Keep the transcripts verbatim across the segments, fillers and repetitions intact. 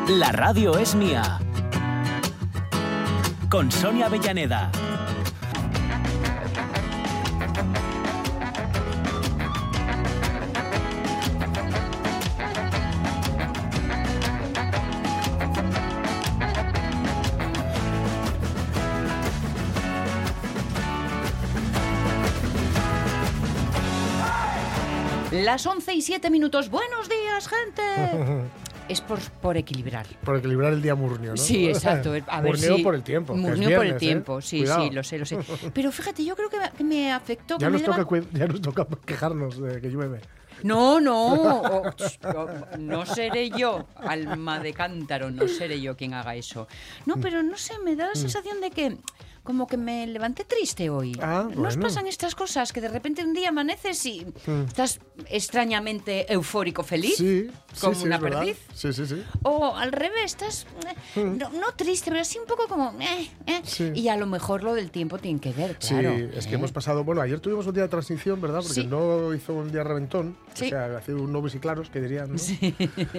La radio es mía. Con Sonia Avellaneda. Las once y siete minutos. Buenos días, gente. Es por, por equilibrar. Por equilibrar el día murnio, ¿no? Sí, exacto. A ver Murneo si... por el tiempo. Murneo por el tiempo, ¿eh? sí, Cuidado. sí, lo sé, lo sé. Pero fíjate, yo creo que me, que me afectó... Ya, que nos me toca, levan... ya nos toca quejarnos de que llueve. No, no, o, o, no seré yo, alma de cántaro, no seré yo quien haga eso. No, pero no sé, me da la sensación de que como que me levanté triste hoy. Ah, ¿No os bueno. pasan estas cosas? Que de repente un día amaneces y Mm. estás extrañamente eufórico feliz, Sí, como sí, sí, una es verdad. perdiz. Sí, sí, sí. O al revés, estás eh, Mm. no, no triste, pero así un poco como... Eh, eh. Sí. Y a lo mejor lo del tiempo tiene que ver, claro. Sí, es que ¿eh? hemos pasado... Bueno, ayer tuvimos un día de transición, ¿verdad? Porque Sí. no hizo un día reventón. Sí. O sea, ha sido un nubes y claros, que dirían, ¿no? Sí.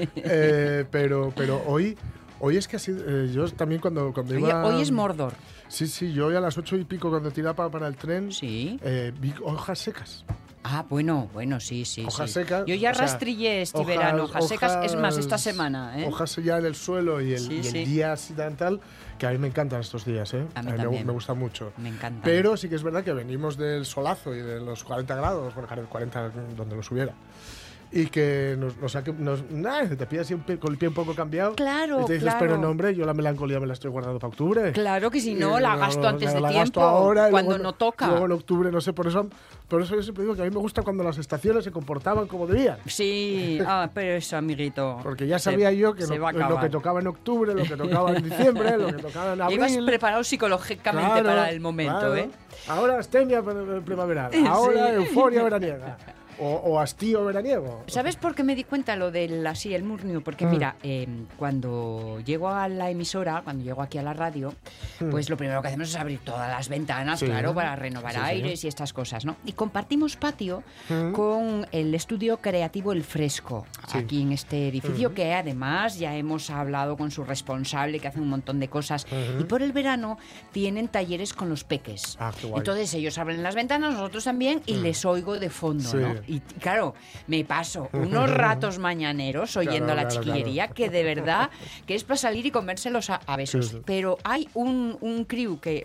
Eh, pero, pero hoy... Hoy es que así, eh, yo también cuando, cuando Hoy, iba... hoy es Mordor. Sí, sí, yo hoy a las ocho y pico cuando tiraba para el tren, Sí. eh, vi hojas secas. Ah, bueno, bueno, sí, sí. Hojas sí. secas. Yo ya o sea, rastrillé este hojas- verano hojas secas. Es más, esta hojas- semana, ¿eh? Hojas ya en el suelo y el, Sí, y el sí. día así tan tal, que a mí me encantan estos días, ¿eh? A mí me, también. me gusta mucho. Me encanta. Pero sí que es verdad que venimos del solazo y de los cuarenta grados, bueno, cuarenta donde los hubiera. Y que nos, nos, saque- nos nah, te pillas así un pie- con el pie un poco cambiado. Claro, Y te dices, claro. pero no, hombre, yo la melancolía me la estoy guardando para octubre. Claro que si no, Y la no, gasto no, antes la- de la tiempo, gasto ahora, y cuando luego- no toca. Luego en octubre, no sé, por eso, por eso yo siempre digo que a mí me gusta cuando las estaciones se comportaban como debían. Sí, ah, pero eso, amiguito. Porque ya se- sabía yo que se lo, va a lo que acabar. tocaba en octubre, lo que tocaba en diciembre, lo que tocaba en abril. Ibas preparado psicológicamente Claro, para el momento, claro. ¿eh? Ahora astenia primaveral, ahora euforia veraniega. O, o hastío veraniego. ¿Sabes por qué me di cuenta lo del así, el murnio? Porque Mm. mira, eh, cuando llego a la emisora, cuando llego aquí a la radio, Mm. pues lo primero que hacemos es abrir todas las ventanas, Sí. claro, para renovar Sí, sí. aires y estas cosas, ¿no? Y compartimos patio Mm. con el estudio creativo El Fresco, Sí. aquí en este edificio, Mm. que además ya hemos hablado con su responsable, que hace un montón de cosas. Mm. Y por el verano tienen talleres con los peques. Ah, qué guay. Entonces ellos abren las ventanas, nosotros también, y les oigo de fondo, Sí. ¿no? Y claro, me paso unos ratos mañaneros oyendo Claro, la claro, chiquillería claro. que de verdad que es para salir y comérselos a, a besos. Sí, sí. Pero hay un, un crew que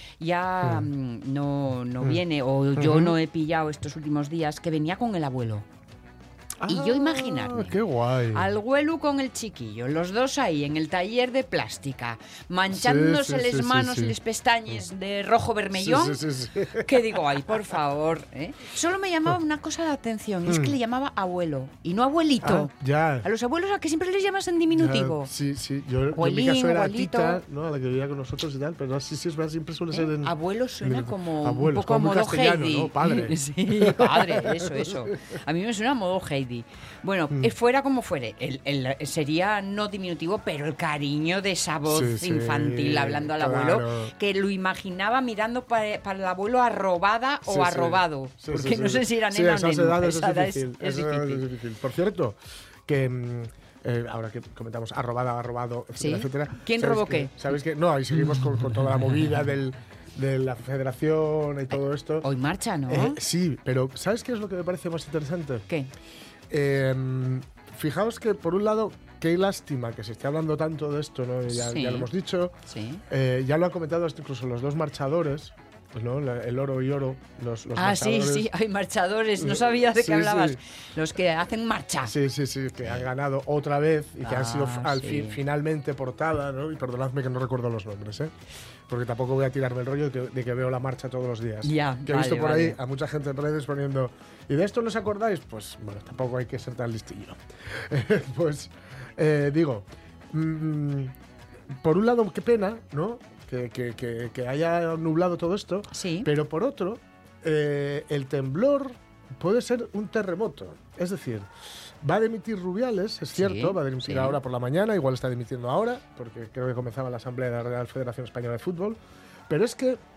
ya mm, no, no viene, o yo Ujú. no he pillado estos últimos días, que venía con el abuelo. Y yo Ah, imaginarme qué guay. al Güelu con el chiquillo, los dos ahí en el taller de plástica, manchándose Sí, sí, las sí, manos sí, y sí. las pestañas de rojo vermellón. Sí, sí, sí, sí. Que digo, ay, por favor, ¿eh? Solo me llamaba una cosa la atención, y es que le llamaba abuelo y no abuelito. Ah, ya. A los abuelos a que siempre les llamas en diminutivo. Ya, sí, sí. Yo, yo en mi Abuelín, caso era abuelito. tita, ¿no? A la que vivía con nosotros y tal, pero sí, sí, es verdad, siempre suele ser ¿Eh? en... Abuelo suena en- como Abuelos, un poco a como muy modo castellano, Heidi. ¿no? Padre. Sí, padre, eso, eso. A mí me suena a modo Heidi. Bueno, Mm. eh, fuera como fuere, el, el- sería no diminutivo, pero el cariño de esa voz Sí, sí, infantil hablando al claro. abuelo, que lo imaginaba mirando para, para el abuelo arrobada o Sí, sí. arrobado. Sí, porque sí, no sí, sé sí. si era Sí, nena o esas neno. edades Esa edad es difícil. es esas edades difícil. es difícil. Por cierto, que... mm, eh, ahora que comentamos arrobada, arrobado, etcétera, ¿Sí? etcétera. ¿Quién ¿sabes robó que- qué? ¿Sabes qué? No, ahí seguimos con, con toda la movida del, de la federación y todo esto. Hoy marcha, ¿no? Eh, sí, pero ¿sabes qué es lo que me parece más interesante? ¿Qué? Eh, fijaos que, por un lado, qué lástima que se esté hablando tanto de esto, ¿no? Ya, Sí. ya lo hemos dicho. Sí. Eh, ya lo han comentado hasta incluso los dos marchadores, pues, ¿no? La- El oro y oro. Los, los Ah, sí, marchadores. sí, hay marchadores, no sabía de qué Sí, hablabas. sí. Los que hacen marcha. Sí, sí, sí, que han ganado otra vez y que Ah, han sido al sí. fin- finalmente portada, ¿no? Y perdonadme que no recuerdo los nombres, ¿eh? Porque tampoco voy a tirarme el rollo de que, de que veo la marcha todos los días. Ya, que he visto vale, por ahí vale. a mucha gente en redes poniendo, ¿y de esto no os acordáis? Pues, bueno, tampoco hay que ser tan listillo. Pues, eh, digo, mm, por un lado, qué pena, ¿no? Que, que- que- que haya nublado todo esto, Sí. pero por otro, eh, el temblor puede ser un terremoto. Es decir, va a dimitir Rubiales, es cierto, Sí, va a dimitir sí. ahora por la mañana, igual está dimitiendo ahora, porque creo que comenzaba la asamblea de la Real Federación Española de Fútbol. Pero es que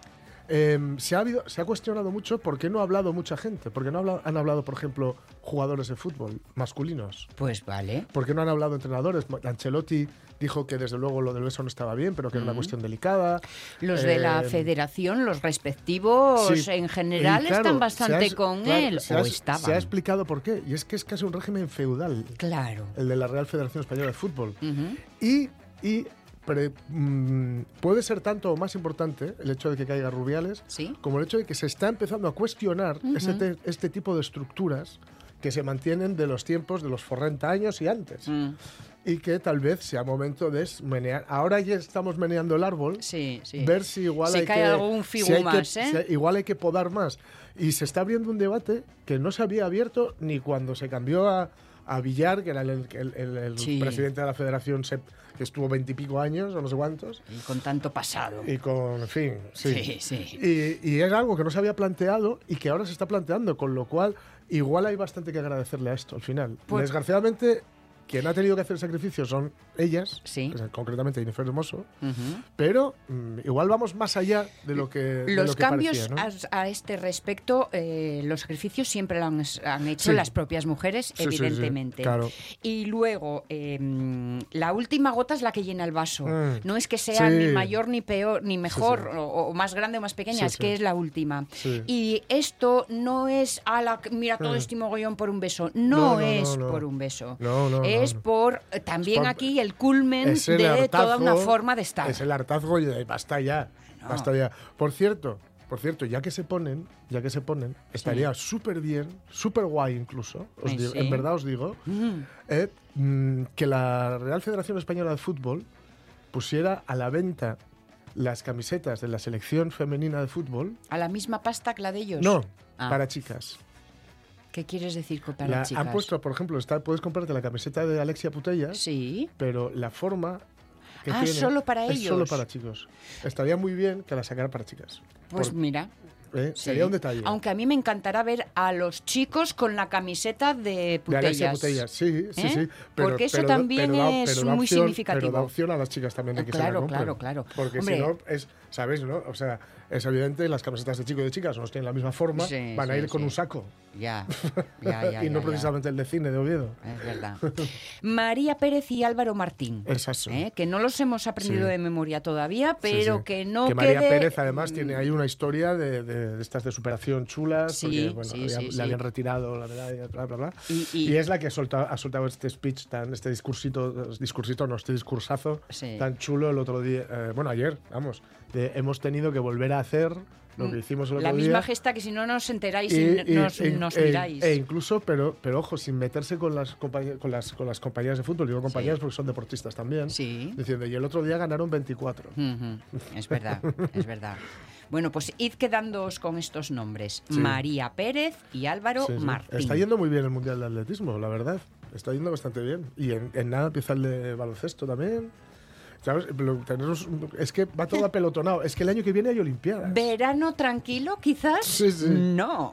Eh, se, ha habido, se ha cuestionado mucho por qué no ha hablado mucha gente. ¿Por qué no habla, han hablado, por ejemplo, jugadores de fútbol masculinos? Pues vale. ¿Por qué no han hablado entrenadores? Ancelotti dijo que desde luego lo del beso no estaba bien, pero que era una cuestión delicada. Los de la Eh, federación, los respectivos, sí. en general, Y claro, están bastante se ha- con claro, él. Se o ha, estaban. se ha explicado por qué. Y es que es casi un régimen feudal, Claro. el de la Real Federación Española de Fútbol. Ujú. Y, y pre- mm, puede ser tanto o más importante el hecho de que caiga Rubiales, Sí. como el hecho de que se está empezando a cuestionar ese te- este tipo de estructuras que se mantienen de los tiempos de los cuarenta años y antes. Mm. Y que tal vez sea momento de menear. Ahora ya estamos meneando el árbol. Sí, sí. Ver si igual Si hay cae que, algún si figu hay que- más, ¿eh? si hay- igual hay que podar más. Y se está abriendo un debate que no se había abierto ni cuando se cambió a, a Villar, que era el, el- el- el Sí. presidente de la federación, se- que estuvo veintipico años o no sé cuántos. Y con tanto pasado. Y con, en fin, sí. Sí, sí. Y, y es algo que no se había planteado y que ahora se está planteando, con lo cual igual hay bastante que agradecerle a esto al final. Pues- Desgraciadamente, quien ha tenido que hacer sacrificios son ellas, Sí. o sea, concretamente Jennifer Hermoso, Ujú. pero mm, igual vamos más allá de lo que de Los lo que cambios parecía, ¿no? a, a este respecto, eh, los sacrificios siempre lo han, han hecho Sí. las propias mujeres, Sí, sí, sí, evidentemente. claro. Y luego, eh, la última gota es la que llena el vaso. Mm. No es que sea Sí. ni mayor, ni peor, ni mejor, sí. O, o más grande o más pequeña, Sí, es sí. que es la última. Sí. Y esto no es, a la, mira todo Mm. este mogollón por un beso. No, No, no, es no, no. por un beso. No, no, es no, no. por eh, también por- aquí el culmen Es el de toda hartazgo, una forma de estar. Es el hartazgo y de- basta ya, No. basta ya. Por cierto, por cierto, ya que se ponen, ya que se ponen, estaría súper bien, súper guay incluso, os Ay, digo- sí. en verdad os digo, Mm. eh, mm, que la Real Federación Española de Fútbol pusiera a la venta las camisetas de la selección femenina de fútbol. ¿A la misma pasta que la de ellos? No, Ah. para chicas. ¿Qué quieres decir con para La- chicas? han puesto, por ejemplo, está, puedes comprarte la camiseta de Alexia Putellas, Sí. pero la forma que Ah, tiene solo para es ellos. solo para chicos. Estaría muy bien que la sacara para chicas. Pues Por- mira. ¿eh? sí. Sería un detalle. Aunque a mí me encantará ver a los chicos con la camiseta de De Putellas. Alexia Putellas, sí, sí, ¿Eh? sí. Porque eso da- también da- es da muy opción- significativo. Pero da opción a las chicas también de que se la Claro, compren. claro, claro. Porque Hombre. si no, es, ¿sabes? ¿No? O sea, es evidente, las camisetas de chicos y de chicas no tienen la misma forma, Sí, van a sí, ir con sí. un saco. Ya, ya, ya. y no ya, precisamente el de cine de Oviedo. ya. Es verdad. María Pérez y Álvaro Martín. Exacto. ¿eh? Que no los hemos aprendido Sí. de memoria todavía, pero Sí, sí. que no que María quede- Pérez además tiene ahí una historia de, de- de estas de superación chulas, Sí, porque bueno, sí, había- sí, le sí. habían retirado la medalla, bla, bla, bla. Y- Y, y- es la que ha soltado, ha soltado este speech, tan, este discursito, discursito, no, este discursazo Sí. tan chulo el otro día, eh, bueno, ayer, vamos, de hemos tenido que volver a hacer lo que hicimos el otro La día. misma gesta que si no nos enteráis y, Y- y- nos, e- nos e- miráis. e incluso, pero, pero ojo, sin meterse con las, compañe- con las, con las compañías de fútbol, digo compañías Sí. porque son deportistas también, Sí. diciendo, y el otro día ganaron veinticuatro. Ujú, es verdad, es verdad. Bueno, pues id quedándoos con estos nombres. Sí. María Pérez y Álvaro Sí, sí. Martín. Está yendo muy bien el Mundial de Atletismo, la verdad. Está yendo bastante bien. Y en, en nada empieza el de baloncesto también. ¿Sabes? Lo- tenemos- es que va todo apelotonado. Es que el año que viene hay Olimpiadas. ¿Verano tranquilo, quizás? Sí, sí. No,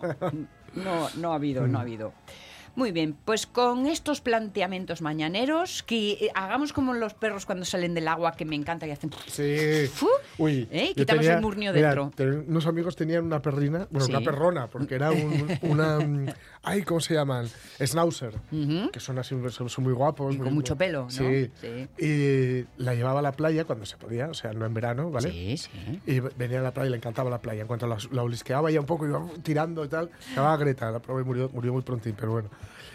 no, no ha habido, no ha habido. Muy bien, pues con estos planteamientos mañaneros, que eh, hagamos como los perros cuando salen del agua, que me encanta y hacen... Sí. ¡Fu! Uy, ¿Eh? yo Quitamos tenía- el murnio mira, dentro. ten- unos amigos tenían una perrina, bueno, Sí. una perrona, porque era un- una. mm, Ay, ¿cómo se llaman? Schnauzer. Ujú. Que son así, son, son muy guapos. Y con muy- mucho pelo, ¿no? Sí. Sí. Y la llevaba a la playa cuando se podía, o sea, no en verano, ¿vale? Sí, sí. Y venía a la playa y le encantaba la playa. En cuanto la, la olisqueaba ya un poco, iba tirando y tal. Llamaba Greta, la probé y murió, murió muy pronto, pero bueno.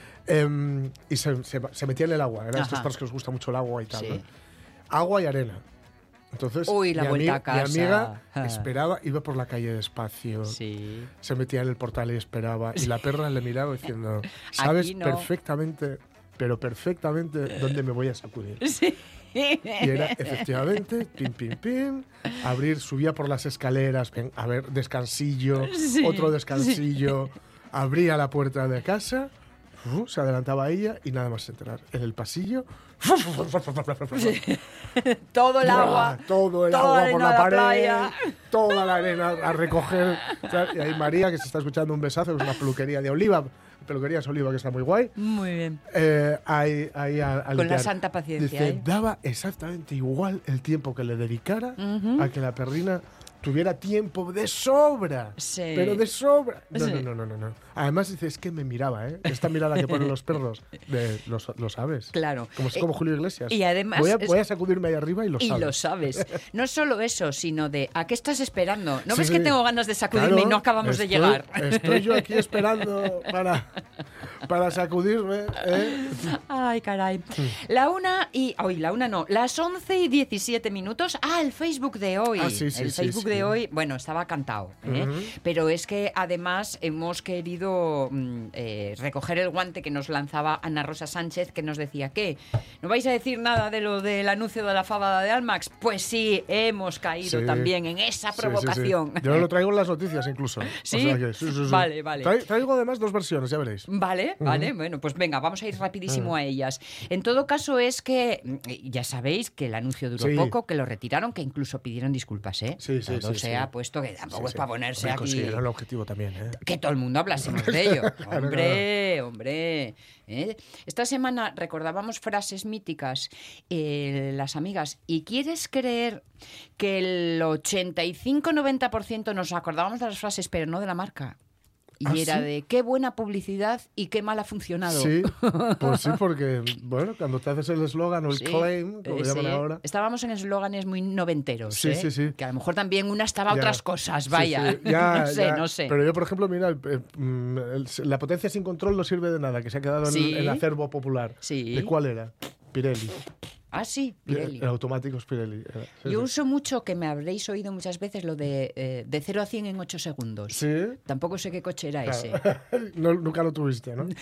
Em, y se, se- se metía en el agua. Eran estos Ajá. perros que les gusta mucho el agua y tal. Sí. ¿no? Agua y arena. Entonces, Uy, la mi, vuelta ami- a casa. mi amiga Ah. esperaba, iba por la calle despacio, Sí. se metía en el portal y esperaba. Y la perra le miraba diciendo: Sabes Aquí no". perfectamente, pero perfectamente, dónde me voy a sacudir. Sí. Y era efectivamente, pim, pim, pim, abrir, subía por las escaleras, ven, a ver, descansillo, Sí, otro descansillo, abría la puerta de casa, uh, se adelantaba a ella y nada más enterar. En el pasillo, Todo el ¡buah! agua. todo el toda agua por la la arena de la pared, playa. toda la arena a recoger. ¿sabes? Y ahí María, que se está escuchando, un besazo, es una peluquería de Oliva, peluquerías Oliva, que está muy guay. Muy bien. Eh, ahí, ahí a- a Con la limpiar. santa paciencia, Dice, ¿eh? daba exactamente igual el tiempo que le dedicara Ujú. a que la perrina tuviera tiempo de sobra. Sí. Pero de sobra. No, Sí. no, no, no, no, no. Además dice, es que me miraba, ¿eh? Esta mirada que ponen los perros. De, lo, lo sabes. Claro. Como, es Eh, como Julio Iglesias. y además Voy a, es- voy a sacudirme ahí arriba y lo Y sabes. lo sabes. No solo eso, sino de ¿a qué estás esperando? ¿No Sí, ves sí. que tengo ganas de sacudirme Claro, y no acabamos de estoy- llegar? Estoy yo aquí esperando para, para sacudirme. ¿eh? Ay, caray. La una y... Hoy, la una no. Las once y diecisiete minutos. Ah, el Facebook de hoy. Ah, sí, sí, el sí, Facebook sí. de hoy, bueno, estaba cantado. ¿eh? Ujú. Pero es que además hemos querido mm, eh, recoger el guante que nos lanzaba Ana Rosa Sánchez, que nos decía que ¿no vais a decir nada de lo del anuncio de la fábada de Almax? Pues sí, hemos caído Sí. también en esa Sí, sí, sí. provocación. Yo lo traigo en las noticias incluso. ¿Sí? O sea que, sí, sí, sí. Vale, vale. Trai- traigo además dos versiones, ya veréis. Vale, vale, bueno, pues venga, vamos a ir rapidísimo a ellas. En todo caso es que, mm, ya sabéis que el anuncio duró Sí. poco, que lo retiraron, que incluso pidieron disculpas, ¿eh? Sí, sí, Todo sí, se sí. ha puesto, que tampoco Sí, es sí. para ponerse Hombre, aquí... consiguieron el objetivo también, ¿eh? Que todo el mundo hablásemos de ello. Hombre, hombre. ¿eh? Esta semana recordábamos frases míticas, eh, las amigas, y ¿quieres creer que el ochenta y cinco noventa por ciento nos acordábamos de las frases, pero no de la marca? Y ¿Ah, era sí? de qué buena publicidad y qué mal ha funcionado. Sí, pues sí, porque, bueno, cuando te haces el eslogan o el Sí, claim, como eh, llaman sí. ahora. Estábamos en eslóganes muy noventeros. Sí, ¿eh? sí, sí. Que a lo mejor también una estaba a Ya. otras cosas, Sí, vaya. sí, ya, no sé, ya. no sé. Pero yo, por ejemplo, mira, el- el- mm, el- la potencia sin control no sirve de nada, que se ha quedado en, Sí. en el acervo popular. Sí. ¿De cuál era? Pirelli. Ah, sí, Pirelli. El automático es Pirelli. era. Sí, Yo sí. uso mucho, que me habréis oído muchas veces, lo de eh, de cero a cien en ocho segundos. Sí. Tampoco sé qué coche era ese. No, nunca lo tuviste, ¿no?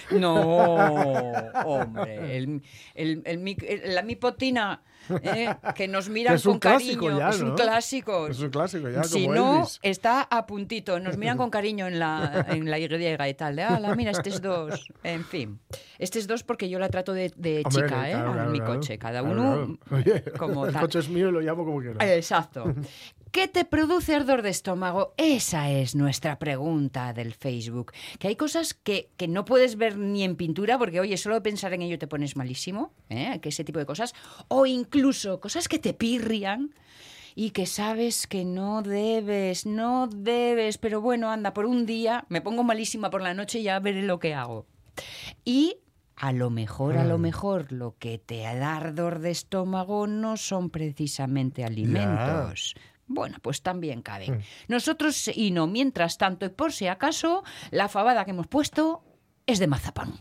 No, hombre. El, el- el mi- el- la mipotina, eh, que nos miran Es un con clásico cariño. ya, es un ¿no? clásico. Es un clásico ya, Si como no, Elvis. está a puntito. Nos miran con cariño en la, en la Y y tal. De, ala, mira, este es dos. En fin. Este es dos porque yo la trato de, de Hombre, chica, ¿eh? claro, a claro, mi claro. coche. Cada Claro, uno claro. Oye, como el tal. coche es mío y lo llamo como quiero. Exacto. ¿Qué te produce ardor de estómago? Esa es nuestra pregunta del Facebook. Que hay cosas que, que no puedes ver ni en pintura porque, oye, solo pensar en ello te pones malísimo, ¿eh? Que ese tipo de cosas. O incluso cosas que te pirrian y que sabes que no debes, no debes. Pero bueno, anda, por un día me pongo malísima por la noche y ya veré lo que hago. Y... A lo mejor, a lo mejor, lo que te da ardor de estómago no son precisamente alimentos. Bueno, pues también caben. Nosotros, y no, mientras tanto, y por si acaso, la fabada que hemos puesto es de mazapán.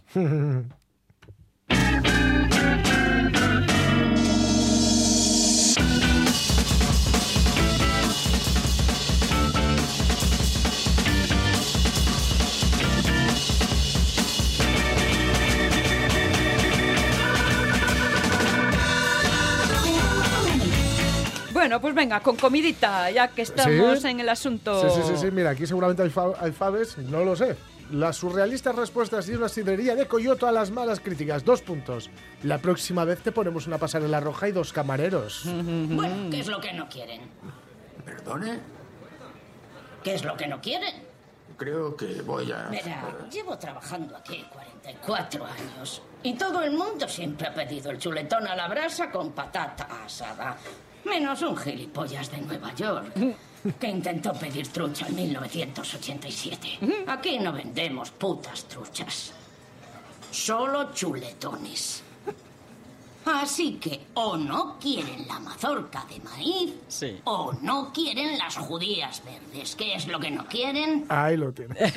Bueno, pues venga, con comidita, ya que estamos ¿Sí? en el asunto. Sí, sí, sí, sí, mira, aquí seguramente hay, fa- hay faves, no lo sé. Las surrealistas respuestas de una sidrería de Coyoto a las malas críticas. Dos puntos. La próxima vez te ponemos una pasarela roja y dos camareros. Bueno, ¿qué es lo que no quieren? ¿Perdone? ¿Qué es lo que no quieren? Creo que voy a... Verá, llevo trabajando aquí cuarenta y cuatro años y todo el mundo siempre ha pedido el chuletón a la brasa con patata asada. Menos un gilipollas de Nueva York que intentó pedir trucha en mil novecientos ochenta y siete. Aquí no vendemos putas truchas, solo chuletones. Así que o no quieren la mazorca de maíz Sí. o no quieren las judías verdes. ¿Qué es lo que no quieren? Ahí lo tienes.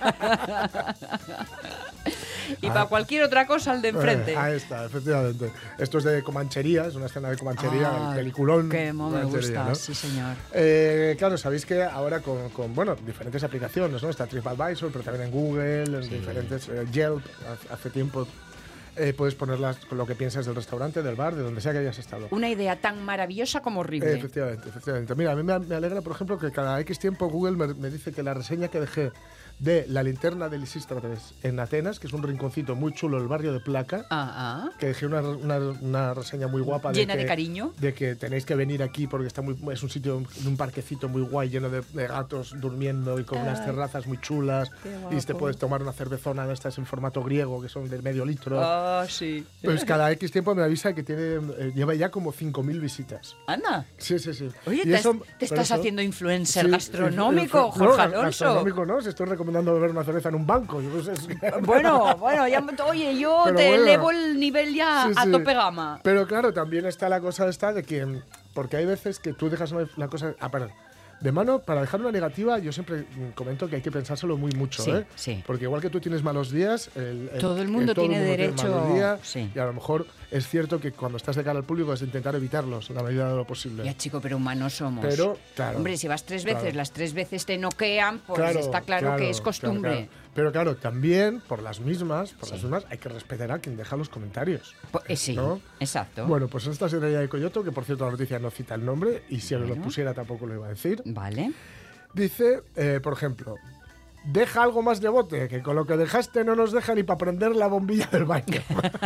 Y para cualquier otra cosa, al de enfrente. Eh, ahí está, efectivamente. Esto es de Comanchería, es una escena de Comanchería, Ay, el peliculón. qué mo- me Comanchería, gusta, ¿no? sí, señor. Eh, claro, sabéis que ahora con, con, bueno, diferentes aplicaciones, ¿no? Está TripAdvisor, pero también en Google, en diferentes... eh, Yelp, hace- hace tiempo... eh, puedes ponerlas con lo que piensas del restaurante, del bar, de donde sea que hayas estado. Una idea tan maravillosa como horrible. Eh, efectivamente, efectivamente. Mira, a mí me, me alegra, por ejemplo, que cada X tiempo Google me, me dice que la reseña que dejé de La linterna de Lisístrates en Atenas, que es un rinconcito muy chulo del barrio de Placa, Ah, ah. que dejé una, una, una reseña muy guapa. Llena de, de que, cariño. De que tenéis que venir aquí porque está muy, es un sitio, un parquecito muy guay, lleno de, de gatos durmiendo y con unas Ay, terrazas muy chulas. qué Y te guapo. puedes tomar una cervezona de estas en formato griego, que son de medio litro. Ah, sí. Pues cada X tiempo me avisa que tiene eh, lleva ya como cinco mil visitas. Anda. Sí, sí, sí. Oye, Y te, eso- te pero estás eso- haciendo influencer Sí, gastronómico, inf- Jorge no, Alonso. Gastronómico no, si estoy recomendando beber una cerveza en un banco. Yo no sé, es que- Bueno, bueno, ya, oye, yo Pero te bueno. elevo el nivel ya Sí, a sí. tope gama. Pero claro, también está la cosa esta de que... Porque hay veces que tú dejas una- la cosa... Ah, perdón. De mano, para dejar una negativa, yo siempre mm, comento que hay que pensárselo muy mucho, Sí, ¿eh? sí. Porque igual que tú tienes malos días... el- el- Todo el mundo todo tiene derecho- malos días, sí. Y a lo mejor es cierto que cuando estás de cara al público es intentar evitarlos en la medida de lo posible. Ya, chico, pero humanos somos. Pero, claro. Hombre, si vas tres veces, claro. las tres veces te noquean, pues Claro, está claro, que es costumbre. claro, claro. Pero claro, también, por las mismas, por Sí. las mismas, hay que respetar a quien deja los comentarios. Po- eh, sí, ¿no? exacto. Bueno, pues esta sería de Coyoto, que por cierto la noticia no cita el nombre, y si os lo Bueno. pusiera tampoco lo iba a decir. Vale. Dice, eh, por ejemplo, deja algo más de bote, que con lo que dejaste no nos deja ni para prender la bombilla del baño.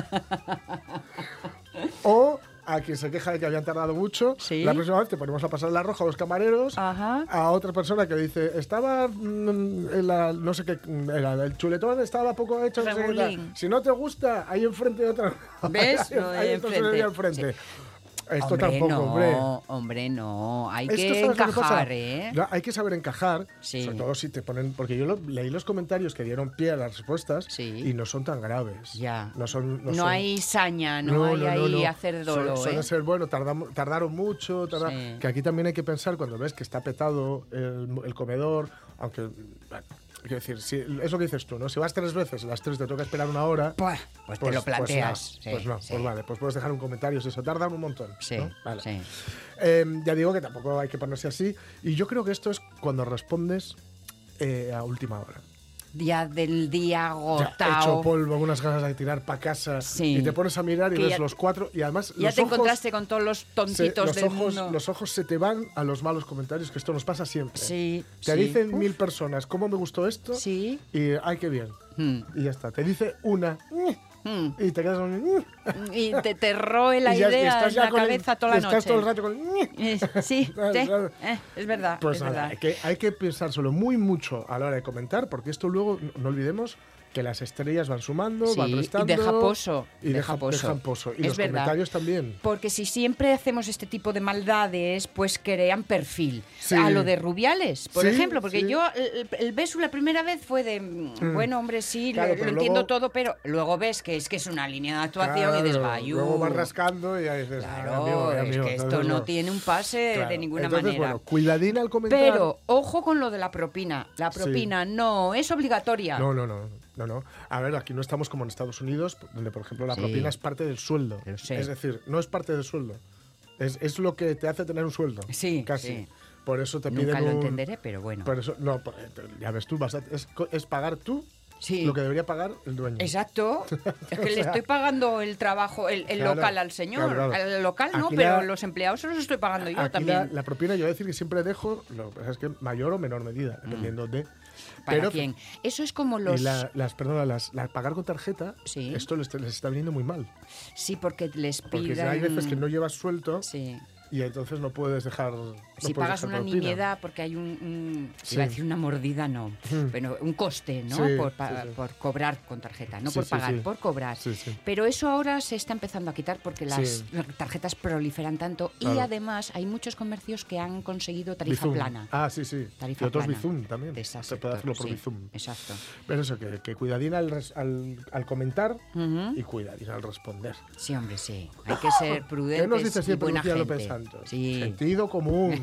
O a quien se queja de que habían tardado mucho, Sí. la próxima vez te ponemos a pasar la roja a los camareros. Ajá. A otra persona que dice, estaba, mm, en la, no sé qué, era, el chuletón estaba poco hecho. no sé qué tal. Regulín. Si no te gusta, ahí enfrente de otra. ¿Ves? ahí, Lo de ahí está enfrente. ahí enfrente. Esto hombre, tampoco, no, hombre. hombre, no. Hay Esto, que ¿sabes lo que encajar, pasa? ¿eh? Ya, hay que saber encajar, Sí. sobre todo si te ponen... Porque yo lo- leí los comentarios que dieron pie a las respuestas Sí. y no son tan graves. Ya. No son... No, son- hay saña, no, hay ahí hacer dolo, Su- Suele ¿eh? ser, bueno, tardamos, tardaron mucho, tarda- Sí. que aquí también hay que pensar cuando ves que está petado el, el comedor, aunque... bueno, quiero decir, si, es lo que dices tú, ¿no? Si vas tres veces, las tres te toca esperar una hora... Pues, pues te lo planteas. Pues no, sí, pues, no, sí. pues vale, pues puedes dejar un comentario, si eso tarda un montón. Sí, ¿no? Vale. sí. Eh, ya digo que tampoco hay que ponerse así. Y yo creo que esto es cuando respondes eh, a última hora. Ya del día Ya, hecho agotado. polvo, unas ganas de tirar para casa. Sí. Y te pones a mirar y Que ves ya- los cuatro. Y además. Ya los te ojos encontraste con todos los se- tontitos los del ojos, mundo. los ojos se te van a los malos comentarios, que esto nos pasa siempre. Sí, Te sí. dicen Uf. mil personas cómo me gustó esto. Sí. Y ay, qué bien. Hmm. Y ya está. Te dice una. Hmm. Y te quedas con. Y te, te roe la y ya- y idea estás en ya la con el- cabeza toda la estás noche. todo el rato con. Eh, sí, Claro, sí, claro. eh, es verdad. Pues es nada, verdad. hay que, hay que pensárselo muy mucho a la hora de comentar, porque esto luego, no, no olvidemos que las estrellas van sumando, Sí, van y restando. deja pozo, Y deja deja- pozo. dejan pozo. Y Es los verdad. comentarios también. Porque si siempre hacemos este tipo de maldades, pues crean perfil. Sí. A lo de Rubiales, por Sí, ejemplo, porque sí. yo el, el beso la primera vez fue de, mm, bueno, hombre, sí, Claro, lo, pero lo entiendo luego- todo, pero luego ves que es que es una línea de actuación y Claro, dices, "Vaya". luego vas rascando y ya dices, Claro, "Ah, amigo, eh, es amigo". que esto Entonces, no tiene un pase Claro. de ninguna Entonces, manera. bueno, cuidadín al comentar. Pero ojo con lo de la propina. La Sí. propina no es obligatoria. No, no, no, no, no. A ver, aquí no estamos como en Estados Unidos, donde, por ejemplo, la Sí. propina es parte del sueldo. Lo sé. Es decir, no es parte del sueldo. Es, es lo que te hace tener un sueldo. Sí, Casi. sí. Por eso te Nunca piden lo un- entenderé, pero bueno. Por eso, no, por- ya ves tú, vas a- es, co- es pagar tú Sí. lo que debería pagar el dueño. Exacto. Es que O le sea, estoy pagando el trabajo, el, el claro, local al señor. claro, claro. Al local no, Aquí pero la- los empleados se los estoy pagando yo Aquí también. La, la propina, yo voy a decir que siempre dejo, lo que pasa es que mayor o menor medida, dependiendo de. ¿Para pero- quién? Eso es como Y los... la- las, perdona, las, la pagar con tarjeta, Sí. esto les, les está viniendo muy mal. Sí, porque les Porque piden... hay veces que no llevas suelto Sí. y entonces no puedes dejar. no Si puedes pagas dejar una propina. nimiedad porque hay un, un- Sí. iba a decir una mordida, no, Mm. pero un coste, ¿no? Sí, por, pa- sí, sí. por cobrar con tarjeta, no Sí, por sí, pagar, sí. por cobrar. Sí, sí. Pero eso ahora se está empezando a quitar porque las Sí. tarjetas proliferan tanto y Claro. además hay muchos comercios que han conseguido tarifa Bizum. plana. Ah, sí, sí. Tarifa y otros plana. Bizum también. De Se ese puede hacerlo sector, por sí, Bizum. Exacto. Pero eso, que, que cuidadín al, res- al, al comentar Ujú. y cuidadín al responder. Sí, hombre, sí. Hay que ser prudentes ¿Qué nos dice y siempre buena Lucía gente. López Santos? Sí. Sentido común.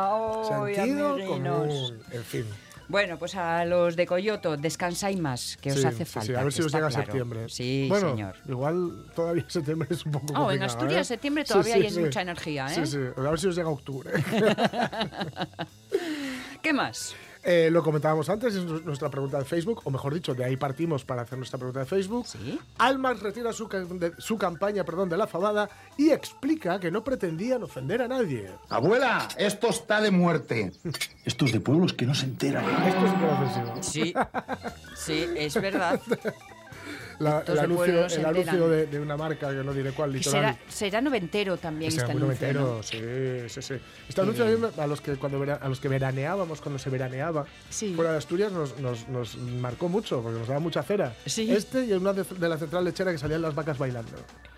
Ay, Sentido amiguinos. común. En fin. Bueno, pues a los de Coyoto, descansáis más, que os Sí, hace sí, falta. sí, a ver que si os está llega claro. septiembre. Sí, bueno, señor. igual todavía septiembre es un poco Oh, en complicado, Asturias, ¿eh? septiembre Sí, todavía sí, hay sí. mucha energía, ¿eh? Sí, sí. A ver si os llega octubre. ¿Qué más? Eh, lo comentábamos antes, es nu- nuestra pregunta de Facebook, o mejor dicho, de ahí partimos para hacer nuestra pregunta de Facebook. Sí. Almas retira su, ca- de- su campaña perdón, de la fabada y explica que no pretendían ofender a nadie. Abuela, esto está de muerte. Estos de pueblos que no se enteran. Esto sí que es ofensivo. Sí, sí, es verdad. la- el Todos el anuncio, pueblo se el anuncio enteran. de, de una marca que no diré cuál, Que litoral. será, será noventero también Será este muy anuncio, noventero, ¿no? sí, sí, sí. Este anuncio a, mí me- a los que cuando vera- a los que veraneábamos, cuando se veraneaba Sí. fuera de Asturias, nos, nos, nos marcó mucho, porque nos daba mucha cera. Sí. Este y una de, de la central lechera que salían las vacas bailando.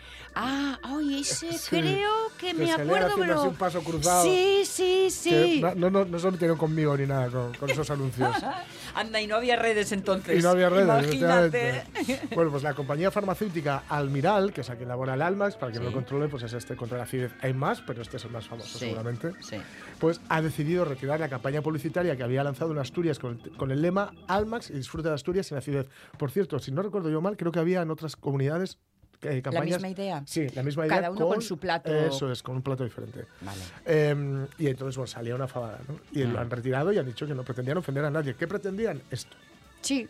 Ah, ay, ese Sí. creo que, Que me salían acuerdo, haciendo pero... así un paso cruzado. Sí, sí, sí. Que no, no, no se metieron conmigo ni nada con, con esos anuncios. Anda, y no había redes entonces. Y no había redes, Imagínate. efectivamente. Bueno, pues la compañía farmacéutica Almiral, que es a quien elabora el Almax, para quien Sí. no lo controle, pues es este contra la acidez. Hay más, pero este es el más famoso, Sí, seguramente. sí. Pues ha decidido retirar la campaña publicitaria que había lanzado en Asturias con el, con el lema Almax y disfruta de Asturias sin acidez. Por cierto, si no recuerdo yo mal, creo que había en otras comunidades eh, campañas. misma idea. Sí, la misma idea. Cada uno con su plato. Eso es, con un plato diferente. Vale. Eh, y entonces, bueno, salía una fabada, ¿no? Y Ah. lo han retirado y han dicho que no pretendían ofender a nadie. ¿Qué pretendían? Esto. Sí.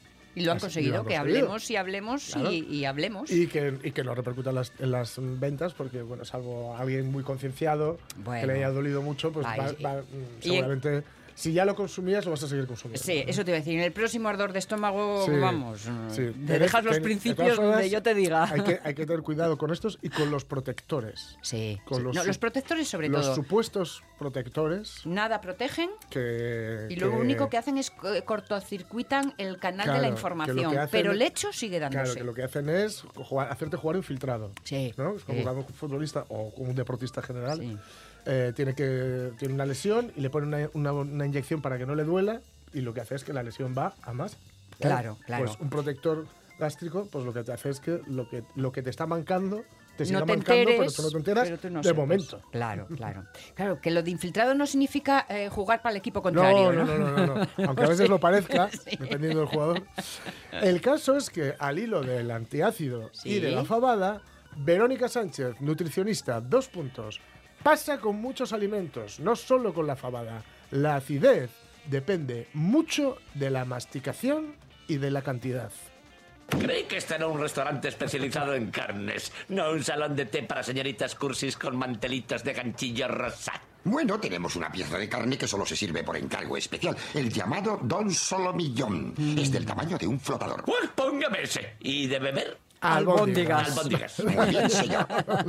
Y lo han Así- y conseguido, lo han que conseguido. hablemos y hablemos Claro. y, y hablemos. Y que, y que no repercuta en las, en las ventas, porque, bueno, salvo alguien muy concienciado, Bueno. que le haya dolido mucho, pues Ay, va- y- va- mm, y- seguramente, si ya lo consumías, lo vas a seguir consumiendo. Sí, eso te iba a decir. En el próximo ardor de estómago, Sí, vamos, sí. te Tenés- dejas los ten- de principios todas formas, donde yo te diga. Hay que, hay que tener cuidado con estos y con los protectores. Sí, Con sí. los No, su- los protectores sobre los todo. supuestos protectores Nada protegen que... y lo que- único que hacen es co- cortocircuitan el canal Claro, de la que lo información. que hacen- Pero el hecho sigue Claro, dándose. que lo que hacen es jugar- hacerte jugar infiltrado. Sí, ¿no? Es como sí. cuando un futbolista o como un deportista general Sí. eh, tiene, que, tiene una lesión y le ponen una, una- una inyección para que no le duela y lo que hace es que la lesión va a más. Claro, claro. Pues un protector gástrico, pues lo que te hace es que lo que, lo que te está mancando te siga No te mancando, enteres, pero tú no te enteras pero tú no de sepas. momento. Claro, claro. Claro, que lo de infiltrado no significa eh, jugar para el equipo contrario, No, ¿no? no, no, no, no. Aunque a veces lo parezca, Sí. dependiendo del jugador. El caso es que al hilo del antiácido y Sí. de la fabada, Verónica Sánchez, nutricionista, dos puntos. Pasa con muchos alimentos, no solo con la fabada. La acidez depende mucho de la masticación y de la cantidad. Creí que este era un restaurante especializado en carnes, no un salón de té para señoritas cursis con mantelitos de ganchillo rosa. Bueno, tenemos una pieza de carne que solo se sirve por encargo especial, el llamado Don Solomillón. Es del tamaño de un flotador. Pues póngame ese. ¿Y de beber? Albóndigas. Albóndigas. Muy bien, señor.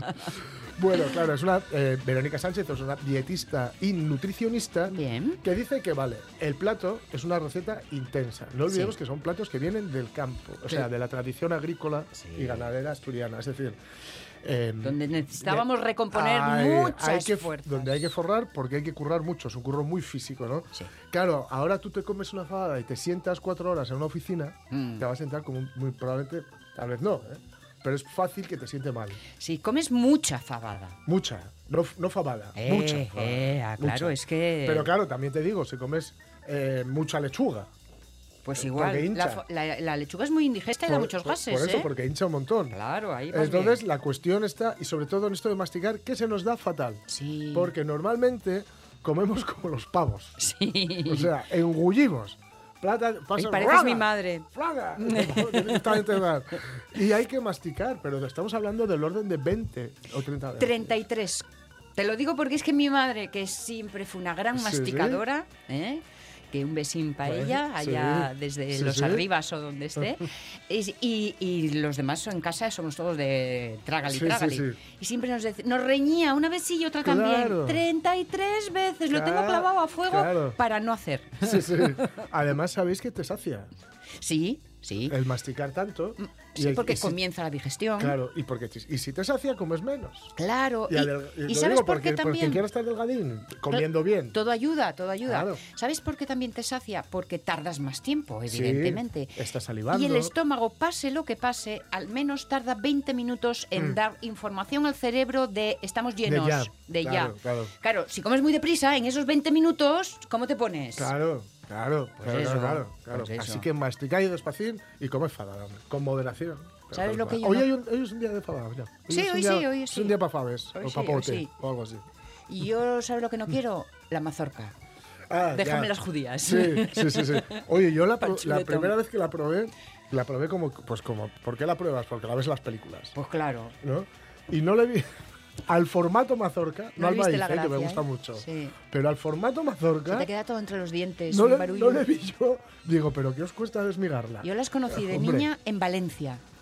Bueno, claro, es una eh, Verónica Sánchez es una dietista y nutricionista Bien. que dice que vale, el plato es una receta intensa. No olvidemos Sí. que son platos que vienen del campo, o sea, de la tradición agrícola y ganadera asturiana, es decir, eh, Donde necesitábamos de- recomponer hay- muchas hay que, fuerzas. donde hay que forrar porque hay que currar mucho, es un curro muy físico, ¿no? Sí. Claro, ahora tú te comes una fabada y te sientas cuatro horas en una oficina, Mm. te vas a sentar como un- muy probablemente, tal vez no, ¿eh? Pero es fácil que te siente mal. Sí, comes mucha fabada. Mucha, no, no fabada, Eh, mucha. eh, fabada, ah, claro, mucha. es que- Pero claro, también te digo, si comes eh, mucha lechuga. Pues Porque igual, hincha. la, fo- la- la lechuga es muy indigesta y da por- muchos por- gases, Por eso, ¿eh? porque hincha un montón. Claro, ahí vas Entonces, bien. la cuestión está, y sobre todo en esto de masticar, que se nos da fatal. Sí. Porque normalmente comemos como los pavos. Sí. O sea, engullimos. Plata, Y pasa, pareces ¡fraga! mi madre. ¡Fraga! Directamente, ¿verdad? Y hay que masticar, pero estamos hablando del orden de veinte o treinta veces. treinta y tres. Te lo digo porque es que mi madre, que siempre fue una gran Sí, masticadora, ¿eh? que un besín para Bueno, ella, allá sí, desde sí, los sí. arribas o donde esté. Es- y, y los demás en casa somos todos de trágali, Sí, sí, trágali. sí. Y siempre nos, dec- nos reñía una vez sí y otra Claro. también. treinta y tres veces. Lo tengo Claro, clavado a fuego claro. para no hacer. Sí, sí. Además, sabéis que te sacia Sí, sí. el masticar tanto. y Mm, Sí, el- porque y si- comienza la digestión. Claro, y, porque te- y si te sacia, comes menos. Claro. Y, Y, adel- y y lo ¿sabes digo por porque, qué porque también? quiero estar delgadín, comiendo bien. Todo ayuda, todo ayuda. Claro. ¿Sabes por qué también te sacia? Porque tardas más tiempo, evidentemente. Sí, estás salivando. Y el estómago, pase lo que pase, al menos tarda veinte minutos en dar información al cerebro de estamos llenos, Mm. ya, de claro, ya. claro. Claro, si comes muy deprisa, en esos veinte minutos, ¿cómo te pones? Claro, claro, Pues claro, eso, claro, claro. pues eso. Así que masticáis despacín y comed fabada, hombre, con moderación. ¿Sabes lo que yo Hoy, no- hay un, hoy es un día de fabada, ya. Sí, es un hoy día- sí, hoy Es sí. un día para faves, Hoy o sí, para hoy pote, sí. o algo así. Y yo, ¿sabes lo que no quiero? La mazorca. Ah, Déjame ya. las judías. Sí, sí, sí, sí. Oye, yo la, pro- la Panchuletón. primera vez que la probé, la probé como, pues como, ¿por qué la pruebas? Porque la ves en las películas, Pues claro. ¿no? Y no le vi al formato mazorca, no, No al le viste maíz, la eh, que me gracia, gusta ¿eh? mucho, Sí. pero al formato Se mazorca te queda todo entre los dientes, no un le, barullo. no le vi yo. Digo, ¿pero qué os cuesta desmigarla? Yo las conocí de Hombre. niña en Valencia.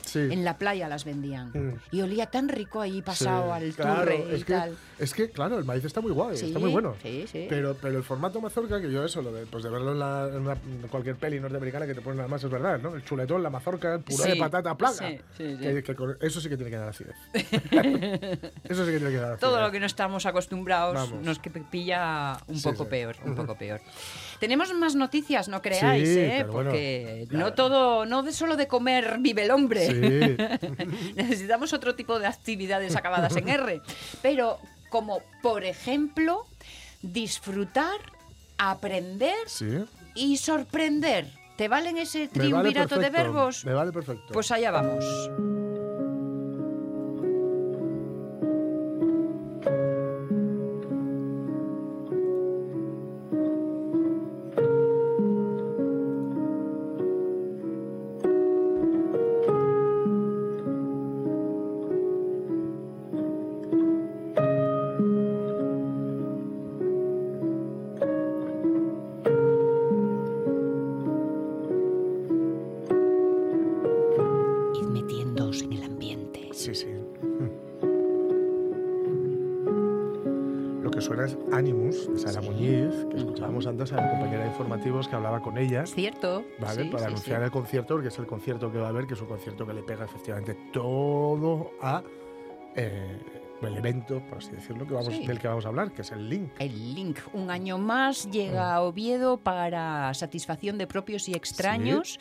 Sí. En la playa las vendían. Mm. Y olía tan rico ahí pasado Sí, al claro, turre y es que, tal. Es que, claro, el maíz está muy guay, Sí, está muy bueno. sí, sí. Pero, pero el formato mazorca, que yo eso, lo de, pues de verlo en, la, en, una, en cualquier peli norteamericana que te ponen nada más, es verdad, ¿no? El chuletón, la mazorca, el puré Sí, de patata, plaga. sí, sí, sí. Que, que con- eso sí que tiene que dar acidez. Eso sí que tiene que dar acidez. Todo lo que no estamos acostumbrados Vamos. nos que pilla un Sí, poco sí. peor, un poco peor. Tenemos más noticias, no creáis, Sí, ¿eh? pero bueno, Porque claro. no todo, no de solo de comer vive el hombre. Sí. Necesitamos otro tipo de actividades acabadas en R. Pero como, por ejemplo, disfrutar, aprender Sí. y sorprender. ¿Te valen ese Me vale triunvirato de perfecto, verbos? Me vale perfecto. Pues allá vamos. Id metiéndoos en el ambiente. Sí, sí. Lo que suena es Animus, de Sara Sí. Muñiz, que escuchábamos antes a la compañera de informativos que hablaba con ella. ¿Cierto? ¿Vale? Sí, Para sí, anunciar sí. el concierto, porque es el concierto que va a haber, que es un concierto que le pega efectivamente todo a eh, el evento, por así decirlo, que vamos, Sí. del que vamos a hablar, que es el Link. El Link, un año más, llega a Oviedo para satisfacción de propios y extraños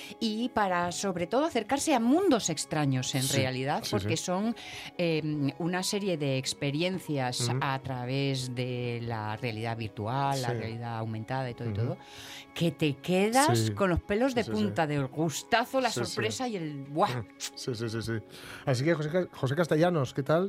y para, sobre todo, acercarse a mundos extraños, en Sí, realidad, sí, porque sí. son eh, una serie de experiencias Ujú. a través de la realidad virtual, la Sí. realidad aumentada y todo y Ujú. todo, que te quedas Sí. con los pelos de Sí, sí, punta, sí. del gustazo, la Sí, sí. sorpresa y el ¡buah! Sí, sí, sí, sí. Así que, José, Ca- José Castellanos, ¿qué tal?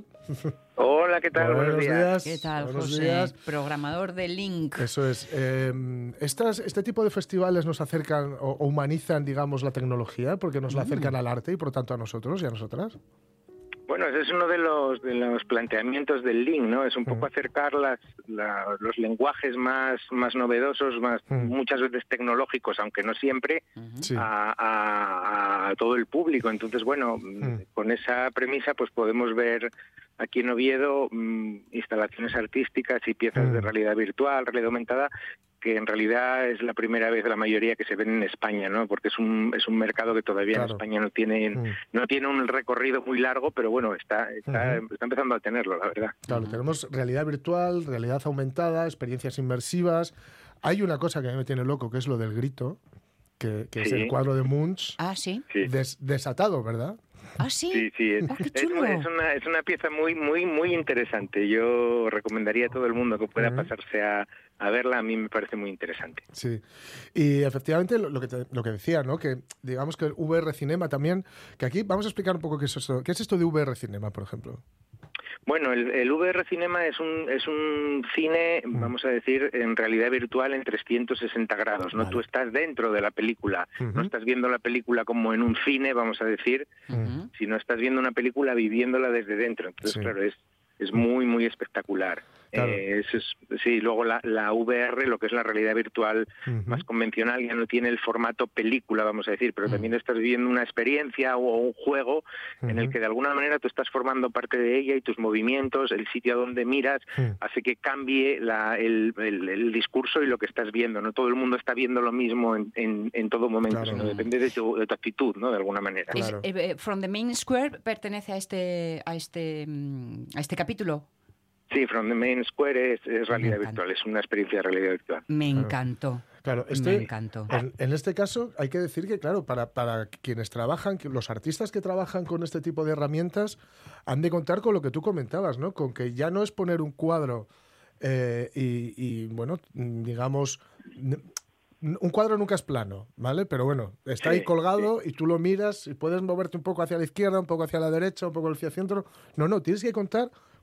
Hola, ¿qué tal? Buenos, días. ¿Qué tal, Buenos José? días. Programador de Link. Eso es. Eh, estas, ¿Este tipo de festivales nos acercan o, o humanizan, digamos, la tecnología? Porque nos la acercan al arte y, por tanto, a nosotros y a nosotras. Bueno, ese es uno de los de los planteamientos del Link, ¿no? Es un poco Ujú. acercar las, la- los lenguajes más, más novedosos, más Ujú. muchas veces tecnológicos, aunque no siempre, Sí. a, a- a todo el público. Entonces, bueno, Mm. con esa premisa, pues podemos ver aquí en Oviedo mm, instalaciones artísticas y piezas Mm. de realidad virtual, realidad aumentada, que en realidad es la primera vez de la mayoría que se ven en España, ¿no? Porque es un es un mercado que todavía Claro. en España no tiene Mm. no tiene un recorrido muy largo, pero bueno, está está, Ujú. está empezando a tenerlo, la verdad. Claro, tenemos realidad virtual, realidad aumentada, experiencias inmersivas. Hay una cosa que a mí me tiene loco, que es lo del grito, que, que es Sí. el cuadro de Munch Ah, sí. Sí. des- desatado, ¿verdad? Ah, sí. Sí, sí, es, Ah, qué es- chulo. es una, es una pieza muy, muy, muy interesante. Yo recomendaría a todo el mundo que pueda Ujú. pasarse a, a verla. A mí me parece muy interesante. Sí. Y efectivamente lo, lo que te- lo que decía, ¿no? Que digamos que el V R Cinema también, que aquí vamos a explicar un poco qué es esto. ¿Qué es esto de V R Cinema, por ejemplo? Bueno, el, el V R Cinema es un, es un cine, Mm. vamos a decir, en realidad virtual en trescientos sesenta grados. No, Vale. tú estás dentro de la película. Ujú. No estás viendo la película como en un cine, vamos a decir, Ujú. sino estás viendo una película viviéndola desde dentro. Entonces, Sí. claro, es, es muy, muy espectacular. Claro. Eh, es- es- sí, luego la, la V R, lo que es la realidad virtual Ujú. más convencional, ya no tiene el formato película, vamos a decir, pero Mm. también estás viviendo una experiencia o un juego en el Ujú. que de alguna manera tú estás formando parte de ella y tus movimientos, el sitio a donde miras, Mm. hace que cambie la- el, el- el discurso y lo que estás viendo. No todo el mundo está viendo lo mismo en, en- en todo momento, Claro. sino depende de tu, de tu actitud, ¿no? De alguna manera. Es- Claro. eh, eh, From the Main Square pertenece a este a este mm, a este capítulo. Sí, From the Main Square es, es realidad Me encanta. virtual, es una experiencia de realidad virtual. Me encantó. Claro, Me este, encantó. En, en este caso hay que decir que, claro, para, para quienes trabajan, que los artistas que trabajan con este tipo de herramientas han de contar con lo que tú comentabas, ¿no? Con que ya no es poner un cuadro eh, y, y, bueno, mm, digamos, n- un cuadro nunca es plano, ¿vale? Pero bueno, está ahí Sí, colgado y tú lo miras y puedes moverte un poco hacia la izquierda, un poco hacia la derecha, un poco hacia el centro. No, no, tienes que contar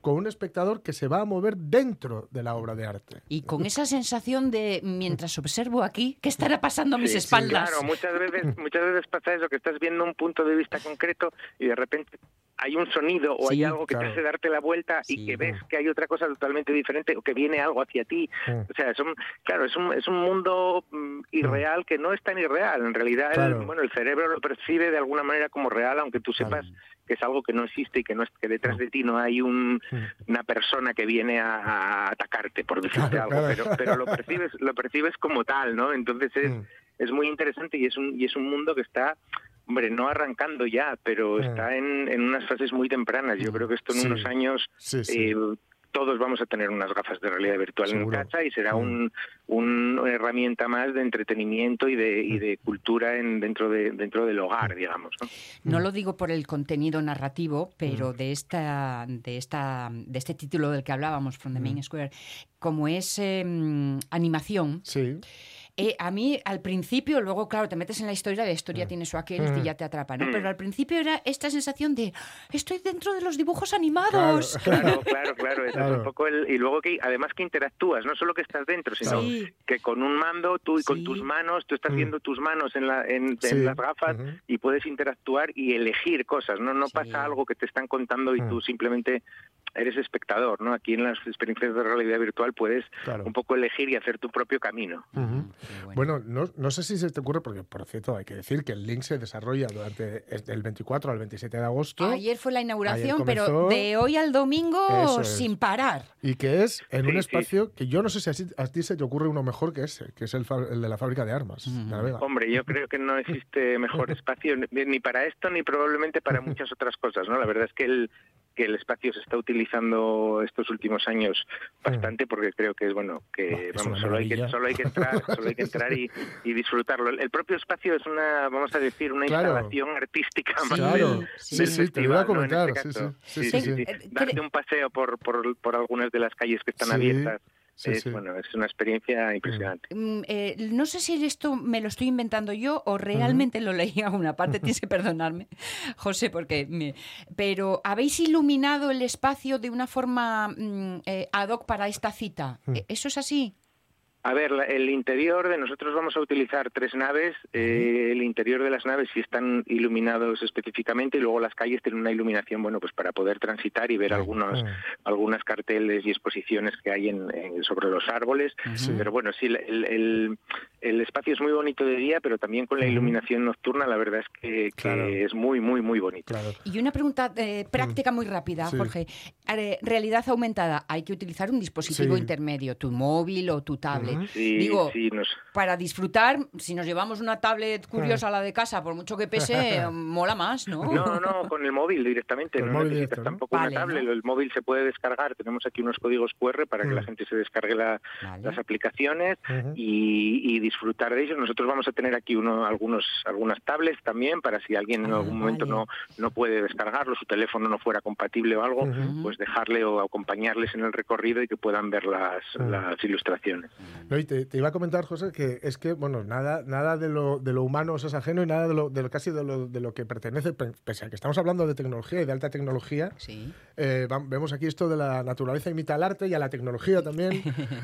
con un espectador que se va a mover dentro de la obra de arte. Y con esa sensación de, mientras observo aquí, ¿qué estará pasando a mis Sí, espaldas? Claro, muchas veces, muchas veces pasa eso, que estás viendo un punto de vista concreto y de repente hay un sonido o Sí, hay algo que claro. te hace darte la vuelta Sí. y que ves que hay otra cosa totalmente diferente o que viene algo hacia ti. Mm. O sea, es un, claro, es un, es un mundo mm, irreal que no es tan irreal. En realidad, Claro. el, bueno, el cerebro lo percibe de alguna manera como real, aunque tú Claro. sepas que es algo que no existe y que no es, que detrás de ti no hay un, una persona que viene a, a atacarte, por decirte Claro, algo, claro. pero, pero lo percibes, lo percibes como tal, ¿no? Entonces es, Mm. es muy interesante y es un, y es un mundo que está, hombre, no arrancando ya, pero Mm. está en, en unas fases muy tempranas. Yo creo que esto en Sí. unos años Sí, sí. eh, todos vamos a tener unas gafas de realidad virtual Seguro. en casa y será Mm. un, un- una herramienta más de entretenimiento y de, y de cultura en, dentro, de, dentro del hogar, digamos, ¿no? No lo digo por el contenido narrativo, pero de esta, de esta, de este título del que hablábamos, From the Main Square, como es eh, animación. Sí. Eh, a mí, al principio, luego, claro, te metes en la historia, la historia tiene su aquel y ya te atrapa, ¿no? Pero al principio era esta sensación de, estoy dentro de los dibujos animados. Claro, claro, claro. Eso Claro. es un poco el, y luego que además que interactúas, no solo que estás dentro, sino Sí. que con un mando tú y Sí. con tus manos, tú estás Mm. viendo tus manos en, la, en, en Sí. las gafas Ujú. y puedes interactuar y elegir cosas, ¿no? No Sí. pasa algo que te están contando y Mm. tú simplemente eres espectador, ¿no? Aquí en las experiencias de realidad virtual puedes Claro. un poco elegir y hacer tu propio camino. Ujú. Qué bueno. Bueno, no, no sé si se te ocurre, porque por cierto hay que decir que el Link se desarrolla durante el veinticuatro al veintisiete de agosto Ayer fue la inauguración, Ayer pero comenzó. de hoy al domingo Eso es. sin parar. y que es en Sí, un sí. espacio que yo no sé si a ti, a ti se te ocurre uno mejor que ese, que es el, fa- el de la fábrica de armas de La Vega. Hombre, yo creo que no existe mejor espacio ni ni para esto ni probablemente para muchas otras cosas, ¿no? La verdad es que el que el espacio se está utilizando estos últimos años bastante porque creo que es bueno que Buah, es vamos una solo hay que maravilla. solo hay que entrar solo hay que entrar y, y disfrutarlo. El propio espacio es una vamos a decir una Claro. instalación artística Sí, más Claro, del- sí, del sí, te lo iba a festival, ¿no? En comentar, este sí, caso. sí, sí, sí, sí, sí. sí. Darte un paseo por, por por algunas de las calles que están Sí, abiertas sí, es sí. bueno es una experiencia impresionante. Mm, eh, no sé si esto me lo estoy inventando yo o realmente lo leí en alguna parte, tienes que perdonarme, José, porque me... pero ¿habéis iluminado el espacio de una forma mm, eh, ad hoc para esta cita? ¿E- ¿Eso es así? A ver, la- el interior de nosotros vamos a utilizar tres naves. Eh, el interior de las naves sí están iluminados específicamente y luego las calles tienen una iluminación, bueno, pues para poder transitar y ver algunos, Mm. algunas carteles y exposiciones que hay en, en- sobre los árboles. Pero bueno, sí, el, el, el espacio es muy bonito de día, pero también con la iluminación nocturna, la verdad es que, que Claro. es muy, muy, muy bonito. Claro. Y una pregunta eh, práctica muy rápida, Sí. Jorge. Eh, realidad aumentada, hay que utilizar un dispositivo Sí. intermedio, tu móvil o tu tablet. Sí, Digo, sí, nos, para disfrutar, si nos llevamos una tablet curiosa a la de casa, por mucho que pese, mola más, ¿no? No, no, con el móvil directamente. Con el no móvil necesitas directo, ¿no? tampoco Vale, una tablet. ¿no? El móvil se puede descargar. Tenemos aquí unos códigos cu erre para que Mm. la gente se descargue la- Vale. las aplicaciones Ujú. y, y disfrutar de ellos. Nosotros vamos a tener aquí uno, algunos, algunas tablets también para si alguien en Ah, algún momento vale. no, no puede descargarlo, su teléfono no fuera compatible o algo, Ujú. pues dejarle o acompañarles en el recorrido y que puedan ver las, Mm. las ilustraciones. No, y te, te iba a comentar, José, que es que, bueno, nada, nada de lo, de lo humano os es ajeno y nada de lo, de lo casi de lo, de lo que pertenece, pe- pese a que estamos hablando de tecnología y de alta tecnología, Sí. eh, va- vemos aquí esto de la naturaleza imita al arte y a la tecnología también,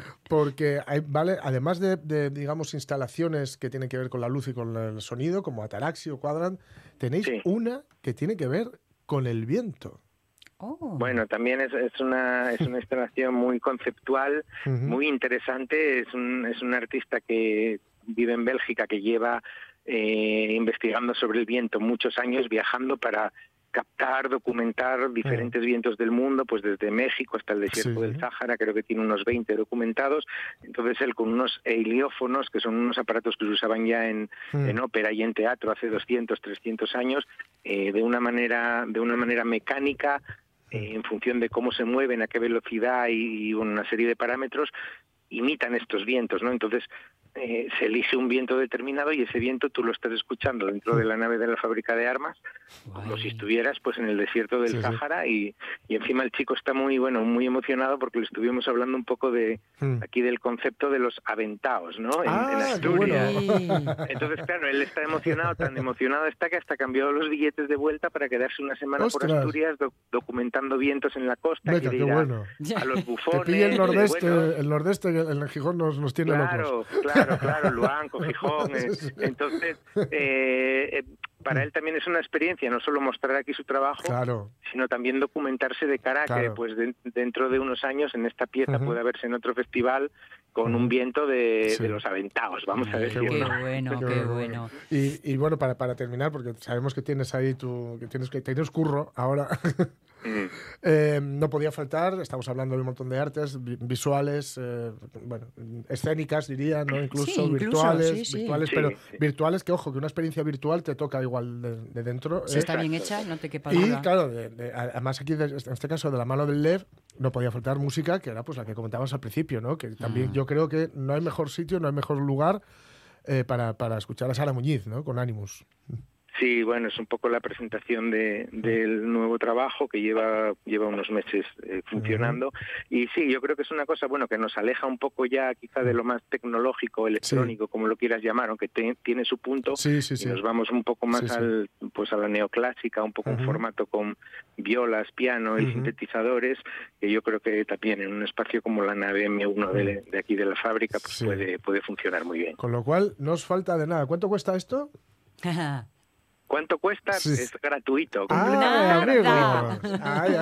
porque hay, vale, además de, de, digamos, instalaciones que tienen que ver con la luz y con el sonido, como Ataraxi o Quadrant, tenéis Sí. una que tiene que ver con el viento. Oh. Bueno, también es, es una es una instalación muy conceptual, Ujú. muy interesante. Es un es un artista que vive en Bélgica, que lleva eh, investigando sobre el viento muchos años, viajando para captar, documentar diferentes vientos del mundo, pues desde México hasta el desierto Sí. del Sáhara, creo que tiene unos veinte documentados. Entonces él con unos heliófonos, que son unos aparatos que se usaban ya en, Mm. en ópera y en teatro hace doscientos, trescientos años, eh, de una manera de una manera mecánica, eh, en función de cómo se mueven, a qué velocidad y, y una serie de parámetros, imitan estos vientos, ¿no? Entonces, eh, se elige un viento determinado y ese viento tú lo estás escuchando dentro de la nave de la fábrica de armas, Guay. como si estuvieras pues en el desierto del Sí, sí. Sáhara y, y encima el chico está muy bueno, muy emocionado porque le estuvimos hablando un poco de Mm. aquí del concepto de los aventaos, ¿no? En, Ah, en qué Asturias. bueno. Entonces, claro, él está emocionado, tan emocionado está que hasta cambió los billetes de vuelta para quedarse una semana por ¡Ostras! Asturias doc- documentando vientos en la costa, Venga, quiere qué ir a, bueno. a los Te bufones. pilla el nordeste, bueno, el nordeste, el Gijón nos, nos tiene locos. Claro, claro, claro, Luanco, Gijón. eh. Sí, sí. Entonces, eh, eh, para él también es una experiencia, no solo mostrar aquí su trabajo, Claro. sino también documentarse de cara a que Claro. pues de- dentro de unos años en esta pieza Ujú. pueda verse en otro festival con Ujú. un viento de, Sí. de los aventados, vamos a Qué decir. Qué ¿no? bueno, Qué qué bueno. Y, y bueno, para, para terminar, porque sabemos que tienes ahí tu, que tienes que tienes curro ahora. Mm. Eh, no podía faltar, estamos hablando de un montón de artes vi- visuales, eh, bueno, escénicas diría, ¿no? Incluso, Sí, incluso, virtuales, sí, sí. virtuales, Sí, pero sí. virtuales que ojo, que una experiencia virtual te toca igual de, de dentro. Si ¿eh? está bien hecha, no te quepa Y duda. claro, de- de- además aquí, de- en este caso de la mano del L E V, no podía faltar música, que era pues la que comentábamos al principio, ¿no? Que también Ah. yo creo que no hay mejor sitio, no hay mejor lugar eh, para, para escuchar a Sara Muñiz, ¿no? Con Animus. Sí, bueno, es un poco la presentación de, del nuevo trabajo que lleva lleva unos meses eh, funcionando. Y sí, yo creo que es una cosa, bueno, que nos aleja un poco ya quizá de lo más tecnológico, electrónico, como lo quieras llamar, aunque te- tiene su punto. Sí, sí, sí. Y nos vamos un poco más Sí, sí. al pues a la neoclásica, un poco Ujú. un formato con violas, piano y Ujú. sintetizadores, que yo creo que también en un espacio como la nave eme uno de, de aquí de la fábrica pues Sí. puede, puede funcionar muy bien. Con lo cual, no os falta de nada. ¿Cuánto cuesta esto? ¿Cuánto cuesta? Sí. Es gratuito. ¡Ah, completamente Nada. amigos! Ay,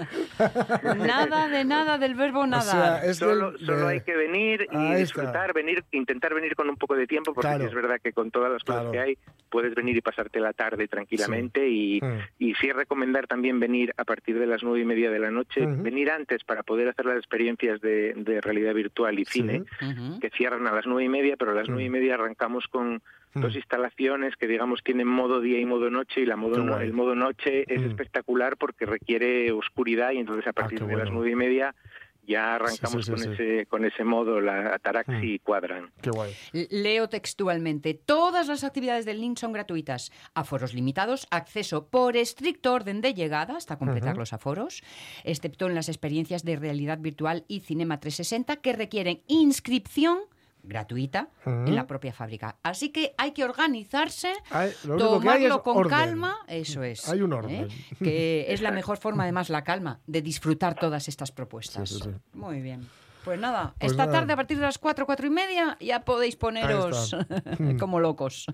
ay. Nada de nada del verbo nada. sea, es Solo, del- solo de- hay que venir y Ahí disfrutar, está. venir, intentar venir con un poco de tiempo, porque Claro. sí es verdad que con todas las cosas Claro. que hay puedes venir y pasarte la tarde tranquilamente y, Mm. y sí recomendar también venir a partir de las nueve y media de la noche, Ujú. venir antes para poder hacer las experiencias de, de realidad virtual y Sí. cine, Ujú. que cierran a las nueve y media, pero a las Mm. nueve y media arrancamos con Mm. dos instalaciones que digamos tienen modo día y modo noche, y la modo Qué no- guay. el modo noche es Mm. espectacular porque requiere oscuridad y entonces a partir qué de las bueno. nueve y media ya arrancamos sí, con sí. ese con ese modo, la ataraxi Mm. y cuadran. Qué guay. Leo textualmente, todas las actividades del link son gratuitas, aforos limitados, acceso por estricto orden de llegada hasta completar Ujú. los aforos, excepto en las experiencias de realidad virtual y Cinema trescientos sesenta que requieren inscripción gratuita Ujú. en la propia fábrica. Así que hay que organizarse, Hay- lo único que hay es tomarlo con orden. calma, eso es. Hay un orden. ¿eh? Que es la mejor forma, además, la calma, de disfrutar todas estas propuestas. Sí, sí, sí. Muy bien. Pues nada, Pues esta nada. tarde a partir de las cuatro, cuatro y media ya podéis poneros está. como locos.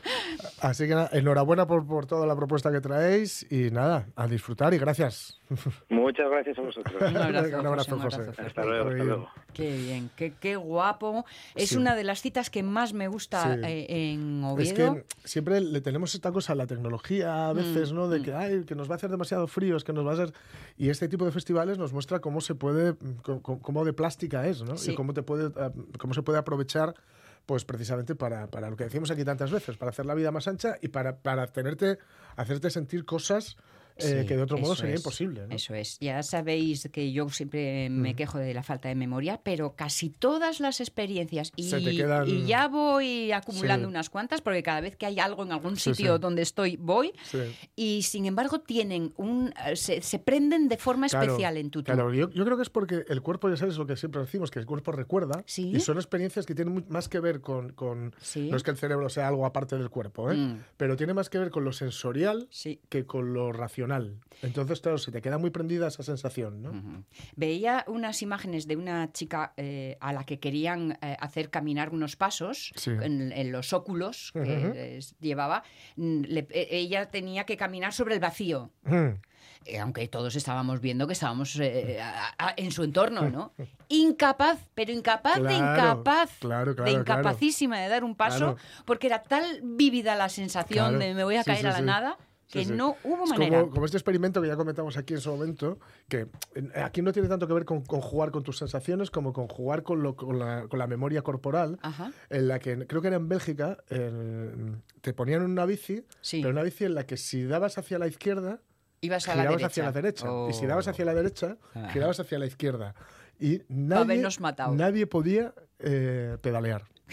Así que nada, enhorabuena por, por toda la propuesta que traéis y nada, a disfrutar y gracias. Muchas gracias a vosotros. Un abrazo, Un abrazo, José, un José. abrazo fuerte. Hasta luego, Muy hasta bien. luego. Qué bien, qué, qué guapo. Es Sí. una de las citas que más me gusta Sí. eh, en Es Oviedo. que siempre le tenemos esta cosa a la tecnología a veces, Mm, ¿no? De mm. que, ay, que nos va a hacer demasiado frío, es que nos va a hacer... Y este tipo de festivales nos muestra cómo se puede, cómo, cómo de plástica es, ¿no? Sí. Y cómo, te puede, eh, cómo se puede aprovechar pues precisamente para, para lo que decimos aquí tantas veces, para hacer la vida más ancha y para, para tenerte, hacerte sentir cosas eh, Sí, que de otro modo eso sería es, imposible, ¿no? Eso es. Ya sabéis que yo siempre me Mm. quejo de la falta de memoria, pero casi todas las experiencias, y, Se te quedan- y ya voy acumulando Sí. unas cuantas, porque cada vez que hay algo en algún Sí, sitio sí. donde estoy, voy, Sí. y sin embargo tienen un eh, se, se prenden de forma Claro, especial en tu tú. Claro, yo, yo creo que es porque el cuerpo, ya sabes lo que siempre decimos, que el cuerpo recuerda, Sí. y son experiencias que tienen mu- más que ver con... con- Sí. No es que el cerebro sea algo aparte del cuerpo, ¿eh? Mm. Pero tiene más que ver con lo sensorial Sí. que con lo racional. Entonces, claro, se te queda muy prendida esa sensación, ¿no? Ujú. Veía unas imágenes de una chica eh, a la que querían eh, hacer caminar unos pasos Sí. en, en los óculos que Ujú. les llevaba. Mm, le- e- ella tenía que caminar sobre el vacío. Mm. Eh, aunque todos estábamos viendo que estábamos eh, a- a- en su entorno, ¿no? Incapaz, pero incapaz de Claro, incapaz, claro, claro, de incapacísima de dar un paso, Claro. porque era tal vívida la sensación Claro. de me voy a Sí, caer sí, a la sí. nada, Sí, que sí. no hubo Es manera. como, como este experimento que ya comentamos aquí en su momento, que eh, aquí no tiene tanto que ver con, con jugar con tus sensaciones como con jugar con, lo, con, la, con la memoria corporal, Ajá. en la que creo que era en Bélgica, en- te ponían una bici, Sí. pero una bici en la que si dabas hacia la izquierda, Ibas a la girabas derecha. hacia la derecha. Oh. Y si dabas hacia la derecha, Ah. girabas hacia la izquierda. Y nadie, habernos matado. nadie podía eh, pedalear.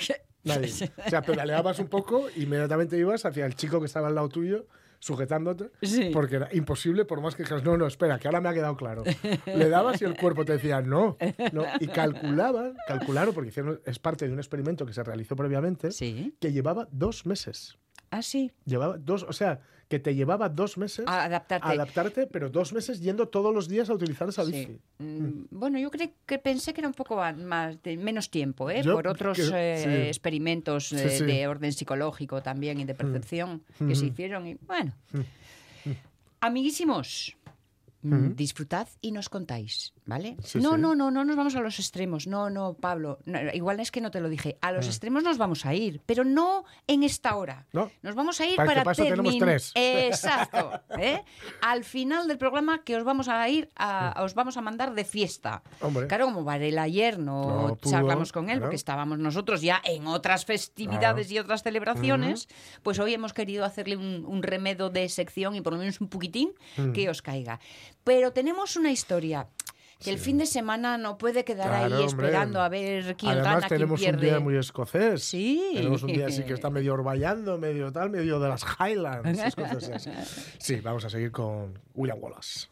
Nadie. O sea, pedaleabas un poco, inmediatamente ibas hacia el chico que estaba al lado tuyo, sujetándote, Sí. porque era imposible, por más que dijeras, no, no, espera, que ahora me ha quedado claro. Le dabas y el cuerpo te decía, no, no. Y calculaban, calcularon, porque hicieron, es parte de un experimento que se realizó previamente, Sí. que llevaba dos meses. Ah, sí. Llevaba dos, o sea, que te llevaba dos meses A adaptarte. a adaptarte, pero dos meses yendo todos los días a utilizar esa Sí. bici. Mm, Bueno, yo creo que pensé que era un poco más de menos tiempo, ¿eh? Yo Por otros que- eh, sí. experimentos eh, Sí, sí. de orden psicológico también y de percepción que Mm. se hicieron. Y bueno, amiguísimos, mm, Mm. disfrutad y nos contáis, ¿vale? Sí, no, sí. no, no, no nos vamos a los extremos. No, no, Pablo. no, igual es que no te lo dije. A los extremos nos vamos a ir, pero no en esta hora. No. Nos vamos a ir Para que para paso tenemos termin- tres. Exacto. ¿eh? Al final del programa que os vamos a ir a, os vamos a mandar de fiesta. Hombre. Claro, como Varela ayer no, No pudo, charlamos con él claro. porque estábamos nosotros ya en otras festividades y otras celebraciones, pues hoy hemos querido hacerle un, un remedo de sección y por lo menos un poquitín que os caiga. Pero tenemos una historia que el fin de semana no puede quedar Claro, ahí hombre. esperando a ver quién Además, gana, quién tenemos un pierde. día muy escocés. Sí. Tenemos un día así que está medio orballando, medio tal, medio de las Highlands escocesas. Sí, vamos a seguir con William Wallace.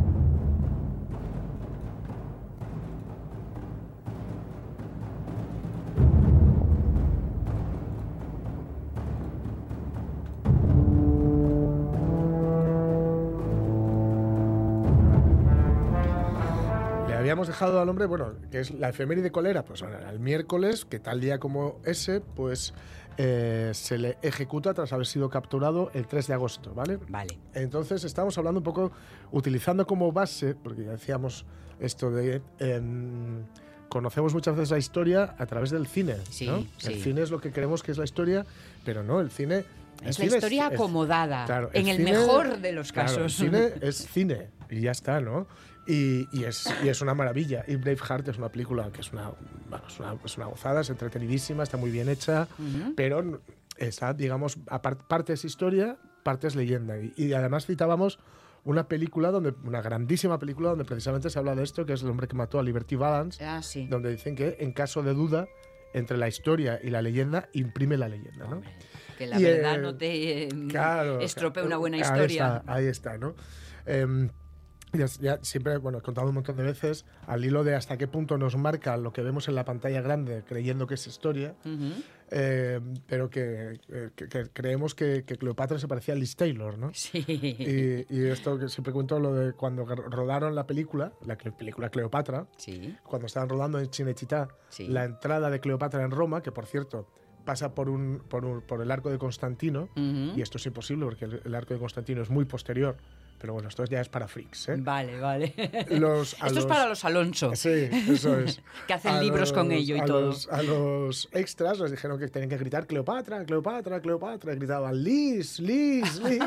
Le habíamos dejado al hombre, bueno, que es la efeméride colera, pues bueno, el miércoles, que tal día como ese, pues eh, se le ejecuta tras haber sido capturado el tres de agosto, ¿vale? Vale. Entonces estamos hablando un poco, utilizando como base, porque ya decíamos esto de... em, conocemos muchas veces la historia a través del cine, Sí, ¿no? sí. El cine es lo que creemos que es la historia, pero no, el cine... el Es la cine historia es- acomodada, claro, en el cine- mejor de los claro, casos. el cine es cine y ya está, ¿no? Y, y es, y es una maravilla. Y Braveheart es una película que es una, bueno, es una, es una gozada, es entretenidísima, está muy bien hecha, Ujú. pero está, digamos, apart- parte es historia, parte es leyenda. Y, y además citábamos una película, donde una grandísima película, donde precisamente se habla de esto, que es El hombre que mató a Liberty Valance, Ah, sí. donde dicen que en caso de duda entre la historia y la leyenda, imprime la leyenda, ¿no? Hombre, que la Y, verdad eh, no te eh, Claro, estropee una buena ahí historia. está, ahí está, ¿no? Em, ya, ya siempre, bueno, he contado un montón de veces al hilo de hasta qué punto nos marca lo que vemos en la pantalla grande creyendo que es historia, Ujú. eh, pero que, eh, que- que creemos que, que Cleopatra se parecía a Liz Taylor, ¿no? Sí. Y, y esto que siempre cuento, lo de cuando rodaron la película, la cle- película Cleopatra, Sí. cuando estaban rodando en Cinecittà, Sí. la entrada de Cleopatra en Roma, que por cierto pasa por, un, por, un- por el arco de Constantino, Ujú. y esto es imposible porque el, el arco de Constantino es muy posterior, pero bueno, esto ya es para freaks, ¿eh? Vale, vale. Los- a Esto es los- para los Alonso. Sí, eso es. Que hacen A libros con ello y a todo. Los, a los extras les dijeron que tenían que gritar Cleopatra, Cleopatra, Cleopatra. Y gritaban Liz, Liz, Liz.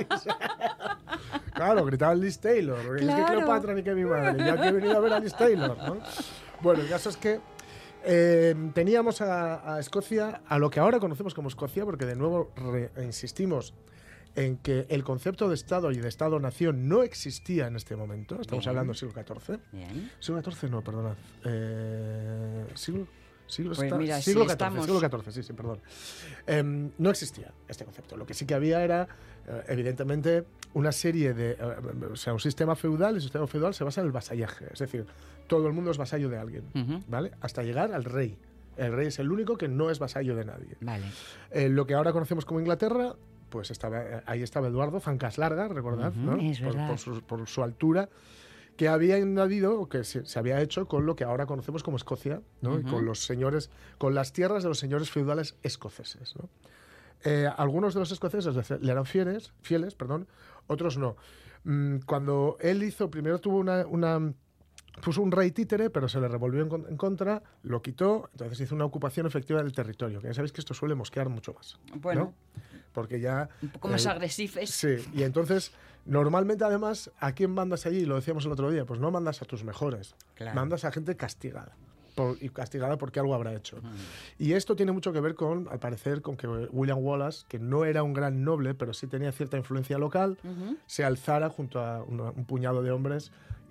Claro, gritaban Liz Taylor. Porque Es que Claro. Cleopatra ni que mi madre. Yo aquí he venido a ver a Liz Taylor, ¿no? Bueno, el caso es que eh, teníamos a, a Escocia, a lo que ahora conocemos como Escocia, porque de nuevo re- insistimos en que el concepto de Estado y de Estado-nación no existía en este momento. Estamos Bien. hablando del siglo catorce. Bien. Siglo catorce, no, perdonad. Eh, siglo, siglo, Pues esta- mira, siglo si catorce, estamos- siglo catorce, sí, sí, perdón. Em, no existía este concepto. Lo que sí que había era, eh, evidentemente, una serie de... eh, o sea, un sistema feudal. El sistema feudal se basa en el vasallaje. Es decir, todo el mundo es vasallo de alguien, Ujú. ¿vale? Hasta llegar al rey. El rey es el único que no es vasallo de nadie. Vale. Eh, lo que ahora conocemos como Inglaterra, pues estaba, ahí estaba Eduardo, zancas largas, recordad, Ujú, ¿no? es por, verdad. por su, por su altura, que había añadido, o que se, se había hecho con lo que ahora conocemos como Escocia, ¿no? Y Ujú. con los señores, con las tierras de los señores feudales escoceses, ¿no? Eh, algunos de los escoceses le- le eran fieles, fieles, perdón, otros no. Mm, Cuando él hizo, primero tuvo una, una puso un rey títere, pero se le revolvió en, con- en contra, lo quitó, entonces hizo una ocupación efectiva del territorio, que ya sabéis que esto suele mosquear mucho más. Bueno. ¿no? Porque ya... Un poco más eh, agresivos. Sí, y entonces, normalmente además, ¿a quién mandas allí? Lo decíamos el otro día, pues no mandas a tus mejores, Claro. mandas a gente castigada. Por- y castigada porque algo habrá hecho. Y esto tiene mucho que ver con, al parecer, con que William Wallace, que no era un gran noble, pero sí tenía cierta influencia local, Ujú. se alzara junto a una- un puñado de hombres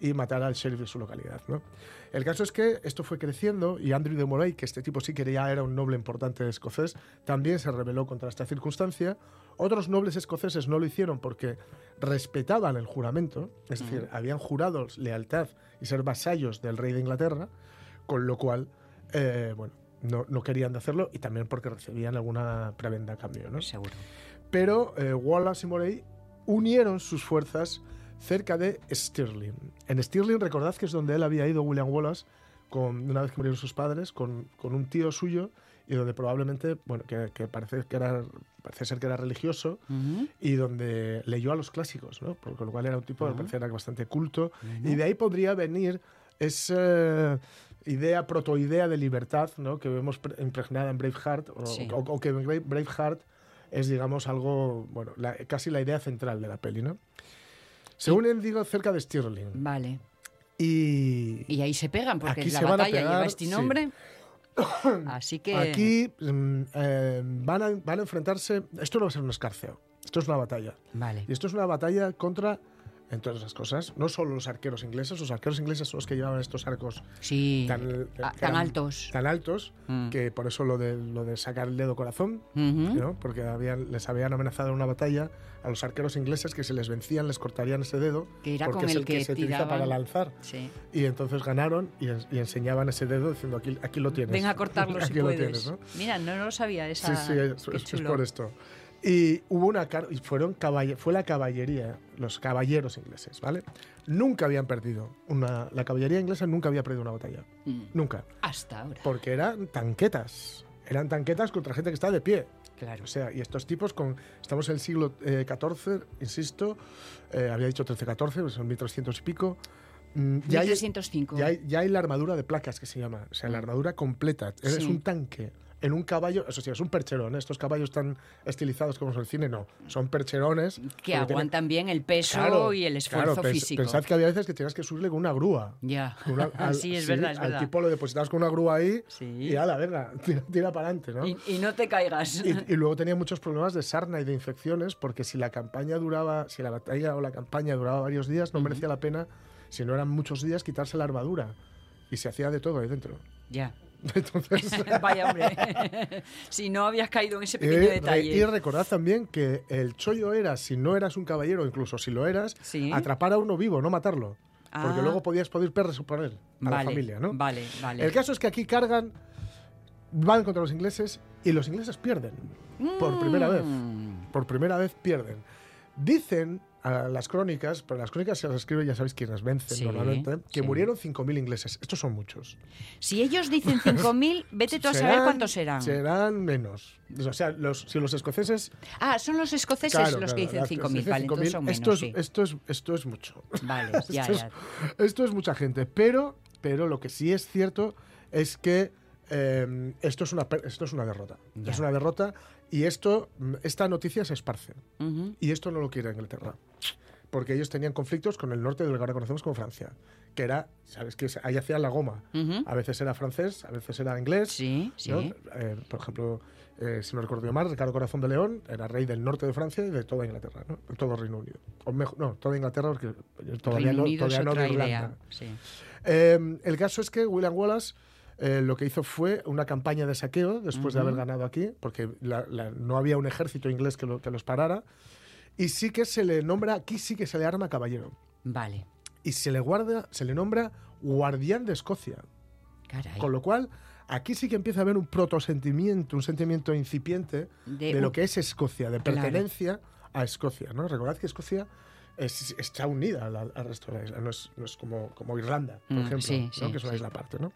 y matar al sheriff de su localidad, ¿no? El caso es que esto fue creciendo y Andrew de Moray, que este tipo sí que ya era un noble importante escocés, también se rebeló contra esta circunstancia. Otros nobles escoceses no lo hicieron porque respetaban el juramento, es uh-huh. decir, habían jurado lealtad y ser vasallos del rey de Inglaterra, con lo cual, eh, bueno, no, no querían de hacerlo y también porque recibían alguna prebenda a cambio, ¿no? Seguro. Pero eh, Wallace y Moray unieron sus fuerzas cerca de Stirling. En Stirling, recordad que es donde él había ido, William Wallace, con, una vez que murieron sus padres, con, con un tío suyo, y donde probablemente, bueno, que, que parece que era, parece ser que era religioso, uh-huh. y donde leyó a los clásicos, ¿no? Por lo cual era un tipo uh-huh. que parecía bastante culto, uh-huh. y de ahí podría venir esa idea, protoidea de libertad, ¿no? Que vemos impregnada en Braveheart, o, sí. o, o que Braveheart es, digamos, algo, bueno, la, casi la idea central de la peli, ¿no? Según él, digo, cerca de Stirling. Vale. Y, y ahí se pegan, porque aquí la se batalla van a pegar, lleva este nombre. Sí. Así que... Aquí mm, eh, van, a, van a enfrentarse... Esto no va a ser un escarceo. Esto es una batalla. Vale. Y esto es una batalla contra... En todas esas cosas, no solo los arqueros ingleses, los arqueros ingleses son los que llevaban estos arcos sí, tan, a, tan altos, tan altos mm. que por eso lo de, lo de sacar el dedo corazón, uh-huh. ¿no? Porque habían, les habían amenazado en una batalla a los arqueros ingleses que si les vencían les cortarían ese dedo, que era porque con es el el que, que se tiraban. utiliza para lanzar. Sí. Y entonces ganaron y, y enseñaban ese dedo diciendo aquí, aquí lo tienes. Ven a cortarlo aquí si lo puedes. Tienes, ¿no? Mira, no, no lo sabía esa. Sí, sí, es, es, es por esto. Y hubo una car- y fueron caballer- fue la caballería, los caballeros ingleses, ¿vale? Nunca habían perdido una la caballería inglesa nunca había perdido una batalla. Mm. Nunca. Hasta ahora. Porque eran tanquetas. Eran tanquetas contra gente que está de pie. Claro. O sea, y estos tipos con estamos en el siglo eh, catorce, insisto, eh, había dicho trece catorce, pues son mil trescientos y pico. Mm, ya mil trescientos cinco. Hay, ya, hay, ya hay la armadura de placas que se llama, o sea, la armadura completa. Sí. Es un tanque. En un caballo, eso sí, es un percherón, ¿eh? Estos caballos tan estilizados como en el cine, no. Son percherones. Que aguantan tienen... bien el peso claro, y el esfuerzo claro, pens- físico. Pensad que había veces que tenías que subirle con una grúa. Ya, una, al, sí, es sí, verdad, es al verdad. tipo lo depositabas con una grúa ahí sí. y ala, venga, tira, tira para adelante, ¿no? Y, y no te caigas. Y, y luego tenía muchos problemas de sarna y de infecciones, porque si la campaña duraba, si la batalla o la campaña duraba varios días, no uh-huh. merecía la pena, si no eran muchos días, quitarse la armadura. Y se hacía de todo ahí dentro. Ya. Entonces, vaya hombre, si no habías caído en ese pequeño y, detalle. Y recordad también que el chollo era, si no eras un caballero, incluso si lo eras, ¿sí? atrapar a uno vivo, no matarlo. Ah. Porque luego podías pedir perres por él, a vale, la familia, ¿no? Vale, vale. El caso es que aquí cargan, van contra los ingleses y los ingleses pierden. Mm. Por primera vez. Por primera vez pierden. Dicen a las crónicas, pero las crónicas se las escriben, ya sabéis quiénes vencen sí, normalmente, que sí. murieron cinco mil ingleses. Estos son muchos. Si ellos dicen cinco mil, vete tú a serán, saber cuántos serán. Serán menos. O sea, los, si los escoceses... Ah, son los escoceses claro, los claro, que dicen cinco mil, vale, entonces son menos, esto es, sí. esto, es, esto es mucho. Vale, ya, esto, ya. Es, esto es mucha gente, pero, pero lo que sí es cierto es que eh, esto, es una, esto es una derrota. Ya. Es una derrota y esto, esta noticia se esparce. Uh-huh. Y esto no lo quiere Inglaterra. Porque ellos tenían conflictos con el norte de lo que ahora conocemos como Francia, que era, ¿sabes? Que ahí hacían la goma. Uh-huh. A veces era francés, a veces era inglés. Sí, sí. ¿no? Eh, por ejemplo, eh, si no recuerdo mal, Ricardo Corazón de León era rey del norte de Francia y de toda Inglaterra, ¿no? De todo Reino Unido. O mejor, no, toda Inglaterra porque todavía Reino no, Unido todavía es no otra de Irlanda. Idea. Sí. Eh, el caso es que William Wallace eh, lo que hizo fue una campaña de saqueo después uh-huh. de haber ganado aquí, porque la, la, no había un ejército inglés que, lo, que los parara. Y sí que se le nombra, aquí sí que se le arma caballero. Vale. Y se le guarda, se le nombra guardián de Escocia. Caray. Con lo cual, aquí sí que empieza a haber un protosentimiento, un sentimiento incipiente de, de lo que es Escocia, de pertenencia claro. a Escocia, ¿no? Recordad que Escocia es, está unida al, al resto de la isla, no es, no es como, como Irlanda, por mm, ejemplo, sí, ¿no? sí, que es una sí. isla aparte, ¿no?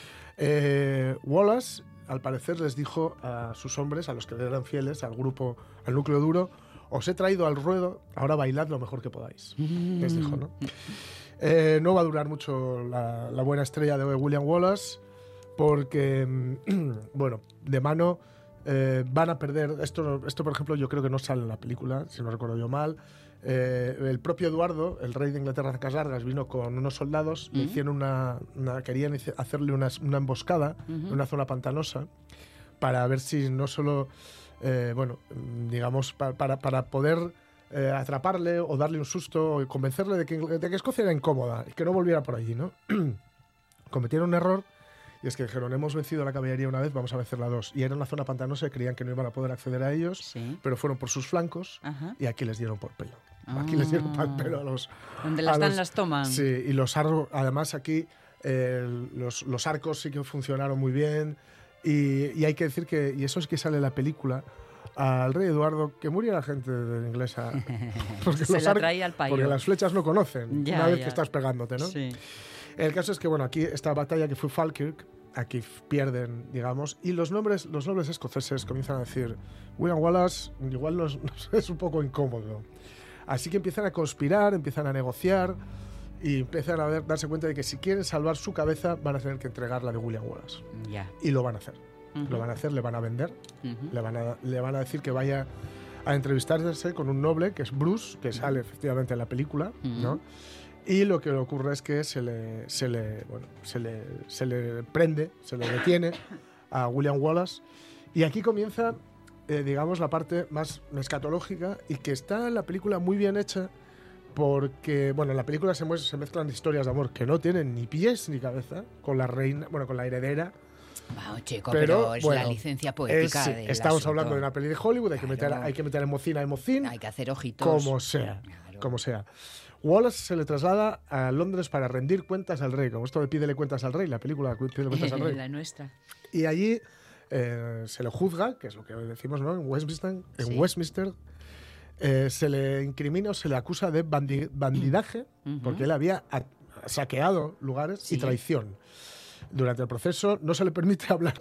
Eh, Wallace, al parecer, les dijo a sus hombres, a los que le eran fieles, al grupo, al núcleo duro: os he traído al ruedo, ahora bailad lo mejor que podáis. Mm. Les dijo, ¿no? Eh, no va a durar mucho la, la buena estrella de William Wallace, porque, bueno, de mano eh, van a perder... Esto, esto, por ejemplo, yo creo que no sale en la película, si no recuerdo yo mal. Eh, el propio Eduardo, el rey de Inglaterra de Casargas, vino con unos soldados, uh-huh. le hicieron una, una, querían hacerle una, una emboscada uh-huh. en una zona pantanosa para ver si no solo... Eh, bueno, digamos, para, para, para poder eh, atraparle o darle un susto o convencerle de que, de que Escocia era incómoda y que no volviera por allí, ¿no? Cometieron un error y es que dijeron, hemos vencido a la caballería una vez, vamos a vencerla dos. Y era una zona pantanosa y creían que no iban a poder acceder a ellos, sí. pero fueron por sus flancos. Ajá. Y aquí les dieron por pelo. Aquí ah. les dieron por pelo a los... Donde las a dan los, las toman. Sí, y los arcos, además aquí eh, los, los arcos sí que funcionaron muy bien y, y hay que decir que, y eso es que sale en la película, al rey Eduardo, que murió la gente de inglesa. Porque, Se los la ar- traía al payo. porque las flechas no conocen, ya, una vez ya. que estás pegándote, ¿no? Sí. El caso es que, bueno, aquí esta batalla que fue Falkirk, aquí pierden, digamos, y los nombres, los nobles escoceses comienzan a decir, William Wallace igual nos, nos es un poco incómodo. Así que empiezan a conspirar, empiezan a negociar y empiezan a ver, darse cuenta de que si quieren salvar su cabeza van a tener que entregar la de William Wallace. Ya. Y lo van a hacer. Uh-huh. Lo van a hacer, le van a vender, uh-huh. le, van a, le van a decir que vaya a entrevistarse con un noble, que es Bruce, que sale efectivamente en la película, uh-huh. ¿no? Y lo que le ocurre es que se le, se le, bueno, se le, se le prende, se le detiene a William Wallace. Y aquí comienza, eh, digamos, la parte más escatológica y que está en la película muy bien hecha porque, bueno, en la película se, muestra, se mezclan historias de amor que no tienen ni pies ni cabeza con la reina, bueno, con la heredera. Wow, chico, pero, pero es bueno, la licencia poética es, sí, del estamos asunto. hablando de una peli de Hollywood, hay, claro. que, meter, hay que meter emocina a emocín. Hay que hacer ojitos. Como sea, claro. como sea. Wallace se le traslada a Londres para rendir cuentas al rey, como esto de Pídele cuentas al rey, la película Pídele cuentas al rey. La nuestra. Y allí eh, se le juzga, que es lo que decimos, ¿no? En Westminster, en sí. Westminster eh, se le incrimina o se le acusa de bandi bandidaje, uh-huh. porque él había saqueado lugares sí. y traición. Durante el proceso no se le permite hablar.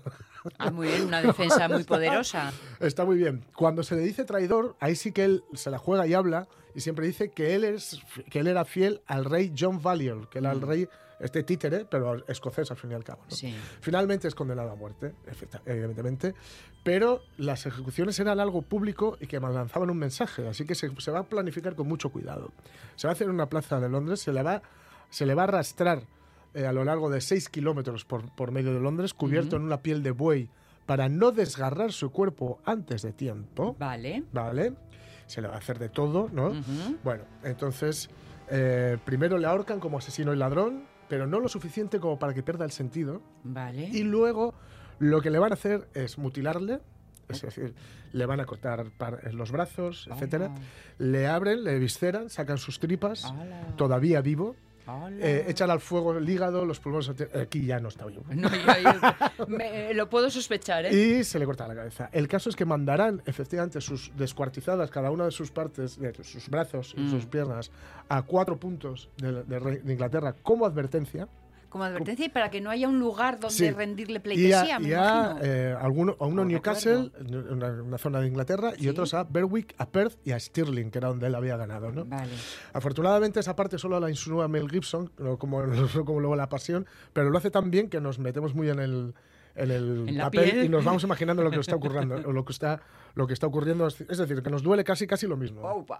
Ah, muy bien, una defensa muy poderosa. Está muy bien. Cuando se le dice traidor, ahí sí que él se la juega y habla y siempre dice que él, es, que él era fiel al rey John Balliol, que era el rey, este títere, pero escocés al fin y al cabo, ¿no? Sí. Finalmente es condenado a muerte, evidentemente, pero las ejecuciones eran algo público y que lanzaban un mensaje, así que se, se va a planificar con mucho cuidado. Se va a hacer en una plaza de Londres, se le va, se le va a arrastrar Eh, a lo largo de seis kilómetros por, por medio de Londres, cubierto uh-huh. en una piel de buey para no desgarrar su cuerpo antes de tiempo. Vale. Vale. Se le va a hacer de todo, ¿no? Uh-huh. Bueno, entonces, eh, primero le ahorcan como asesino y ladrón, pero no lo suficiente como para que pierda el sentido. Vale. Y luego lo que le van a hacer es mutilarle, es decir, le van a cortar los brazos, etcétera. Le abren, le visceran, sacan sus tripas, Hola. todavía vivo. Eh, echan al fuego el hígado, los pulmones. Aquí ya no está vivo. No, yo, yo, me, lo puedo sospechar, ¿eh? Y se le corta la cabeza. El caso es que mandarán efectivamente sus descuartizadas, cada una de sus partes, de sus brazos y mm. sus piernas, a cuatro puntos de, de, de Inglaterra como advertencia. Como advertencia y para que no haya un lugar donde sí. rendirle Y pleitesía, a, me y a, eh, alguno, a uno no Newcastle, una, una zona de Inglaterra, ¿Sí? y otros a Berwick, a Perth y a Stirling, que era donde él había ganado, ¿no? Vale. Afortunadamente esa parte solo la insinúa Mel Gibson, como, como luego La Pasión, pero lo hace tan bien que nos metemos muy en el, en el ¿En papel piel? y nos vamos imaginando lo que está ocurriendo, o lo que está, lo que está ocurriendo, es decir, que nos duele casi casi lo mismo. Opa.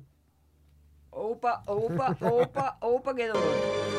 Opa, opa, opa, opa, qué dolor.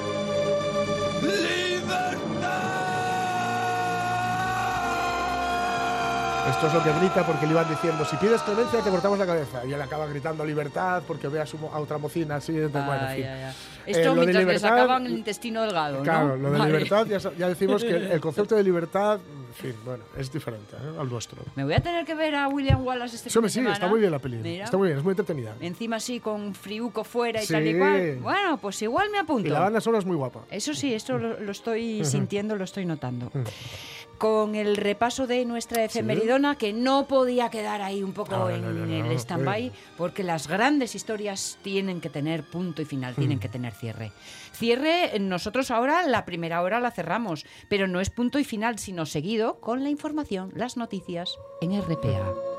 Esto es lo que grita porque le iban diciendo, si pides clemencia te cortamos la cabeza. Y él acaba gritando libertad porque ve a, su, a otra mocina así. De, ah, bueno, en fin. ya, ya. Eh, Esto lo mientras de libertad, le sacaban el intestino delgado, claro, ¿no? lo de vale. libertad ya, ya decimos que el concepto de libertad, en fin, bueno, es diferente, ¿eh? Al nuestro. Me voy a tener que ver a William Wallace este Sí, fin de sí, semana. está muy bien la peli. Mira. Está muy bien, es muy entretenida. Encima así con friuco fuera y Sí. tal y cual. Bueno, pues igual me apunto. Y la banda sonora es muy guapa. Eso sí, esto lo, lo estoy Ujú. sintiendo, lo estoy notando. Ujú. Con el repaso de nuestra efemeridona, que no podía quedar ahí un poco No, en no, no, no, el stand-by, sí. porque las grandes historias tienen que tener punto y final, tienen que tener cierre. Cierre, nosotros ahora la primera hora la cerramos, pero no es punto y final, sino seguido con la información, las noticias en R P A.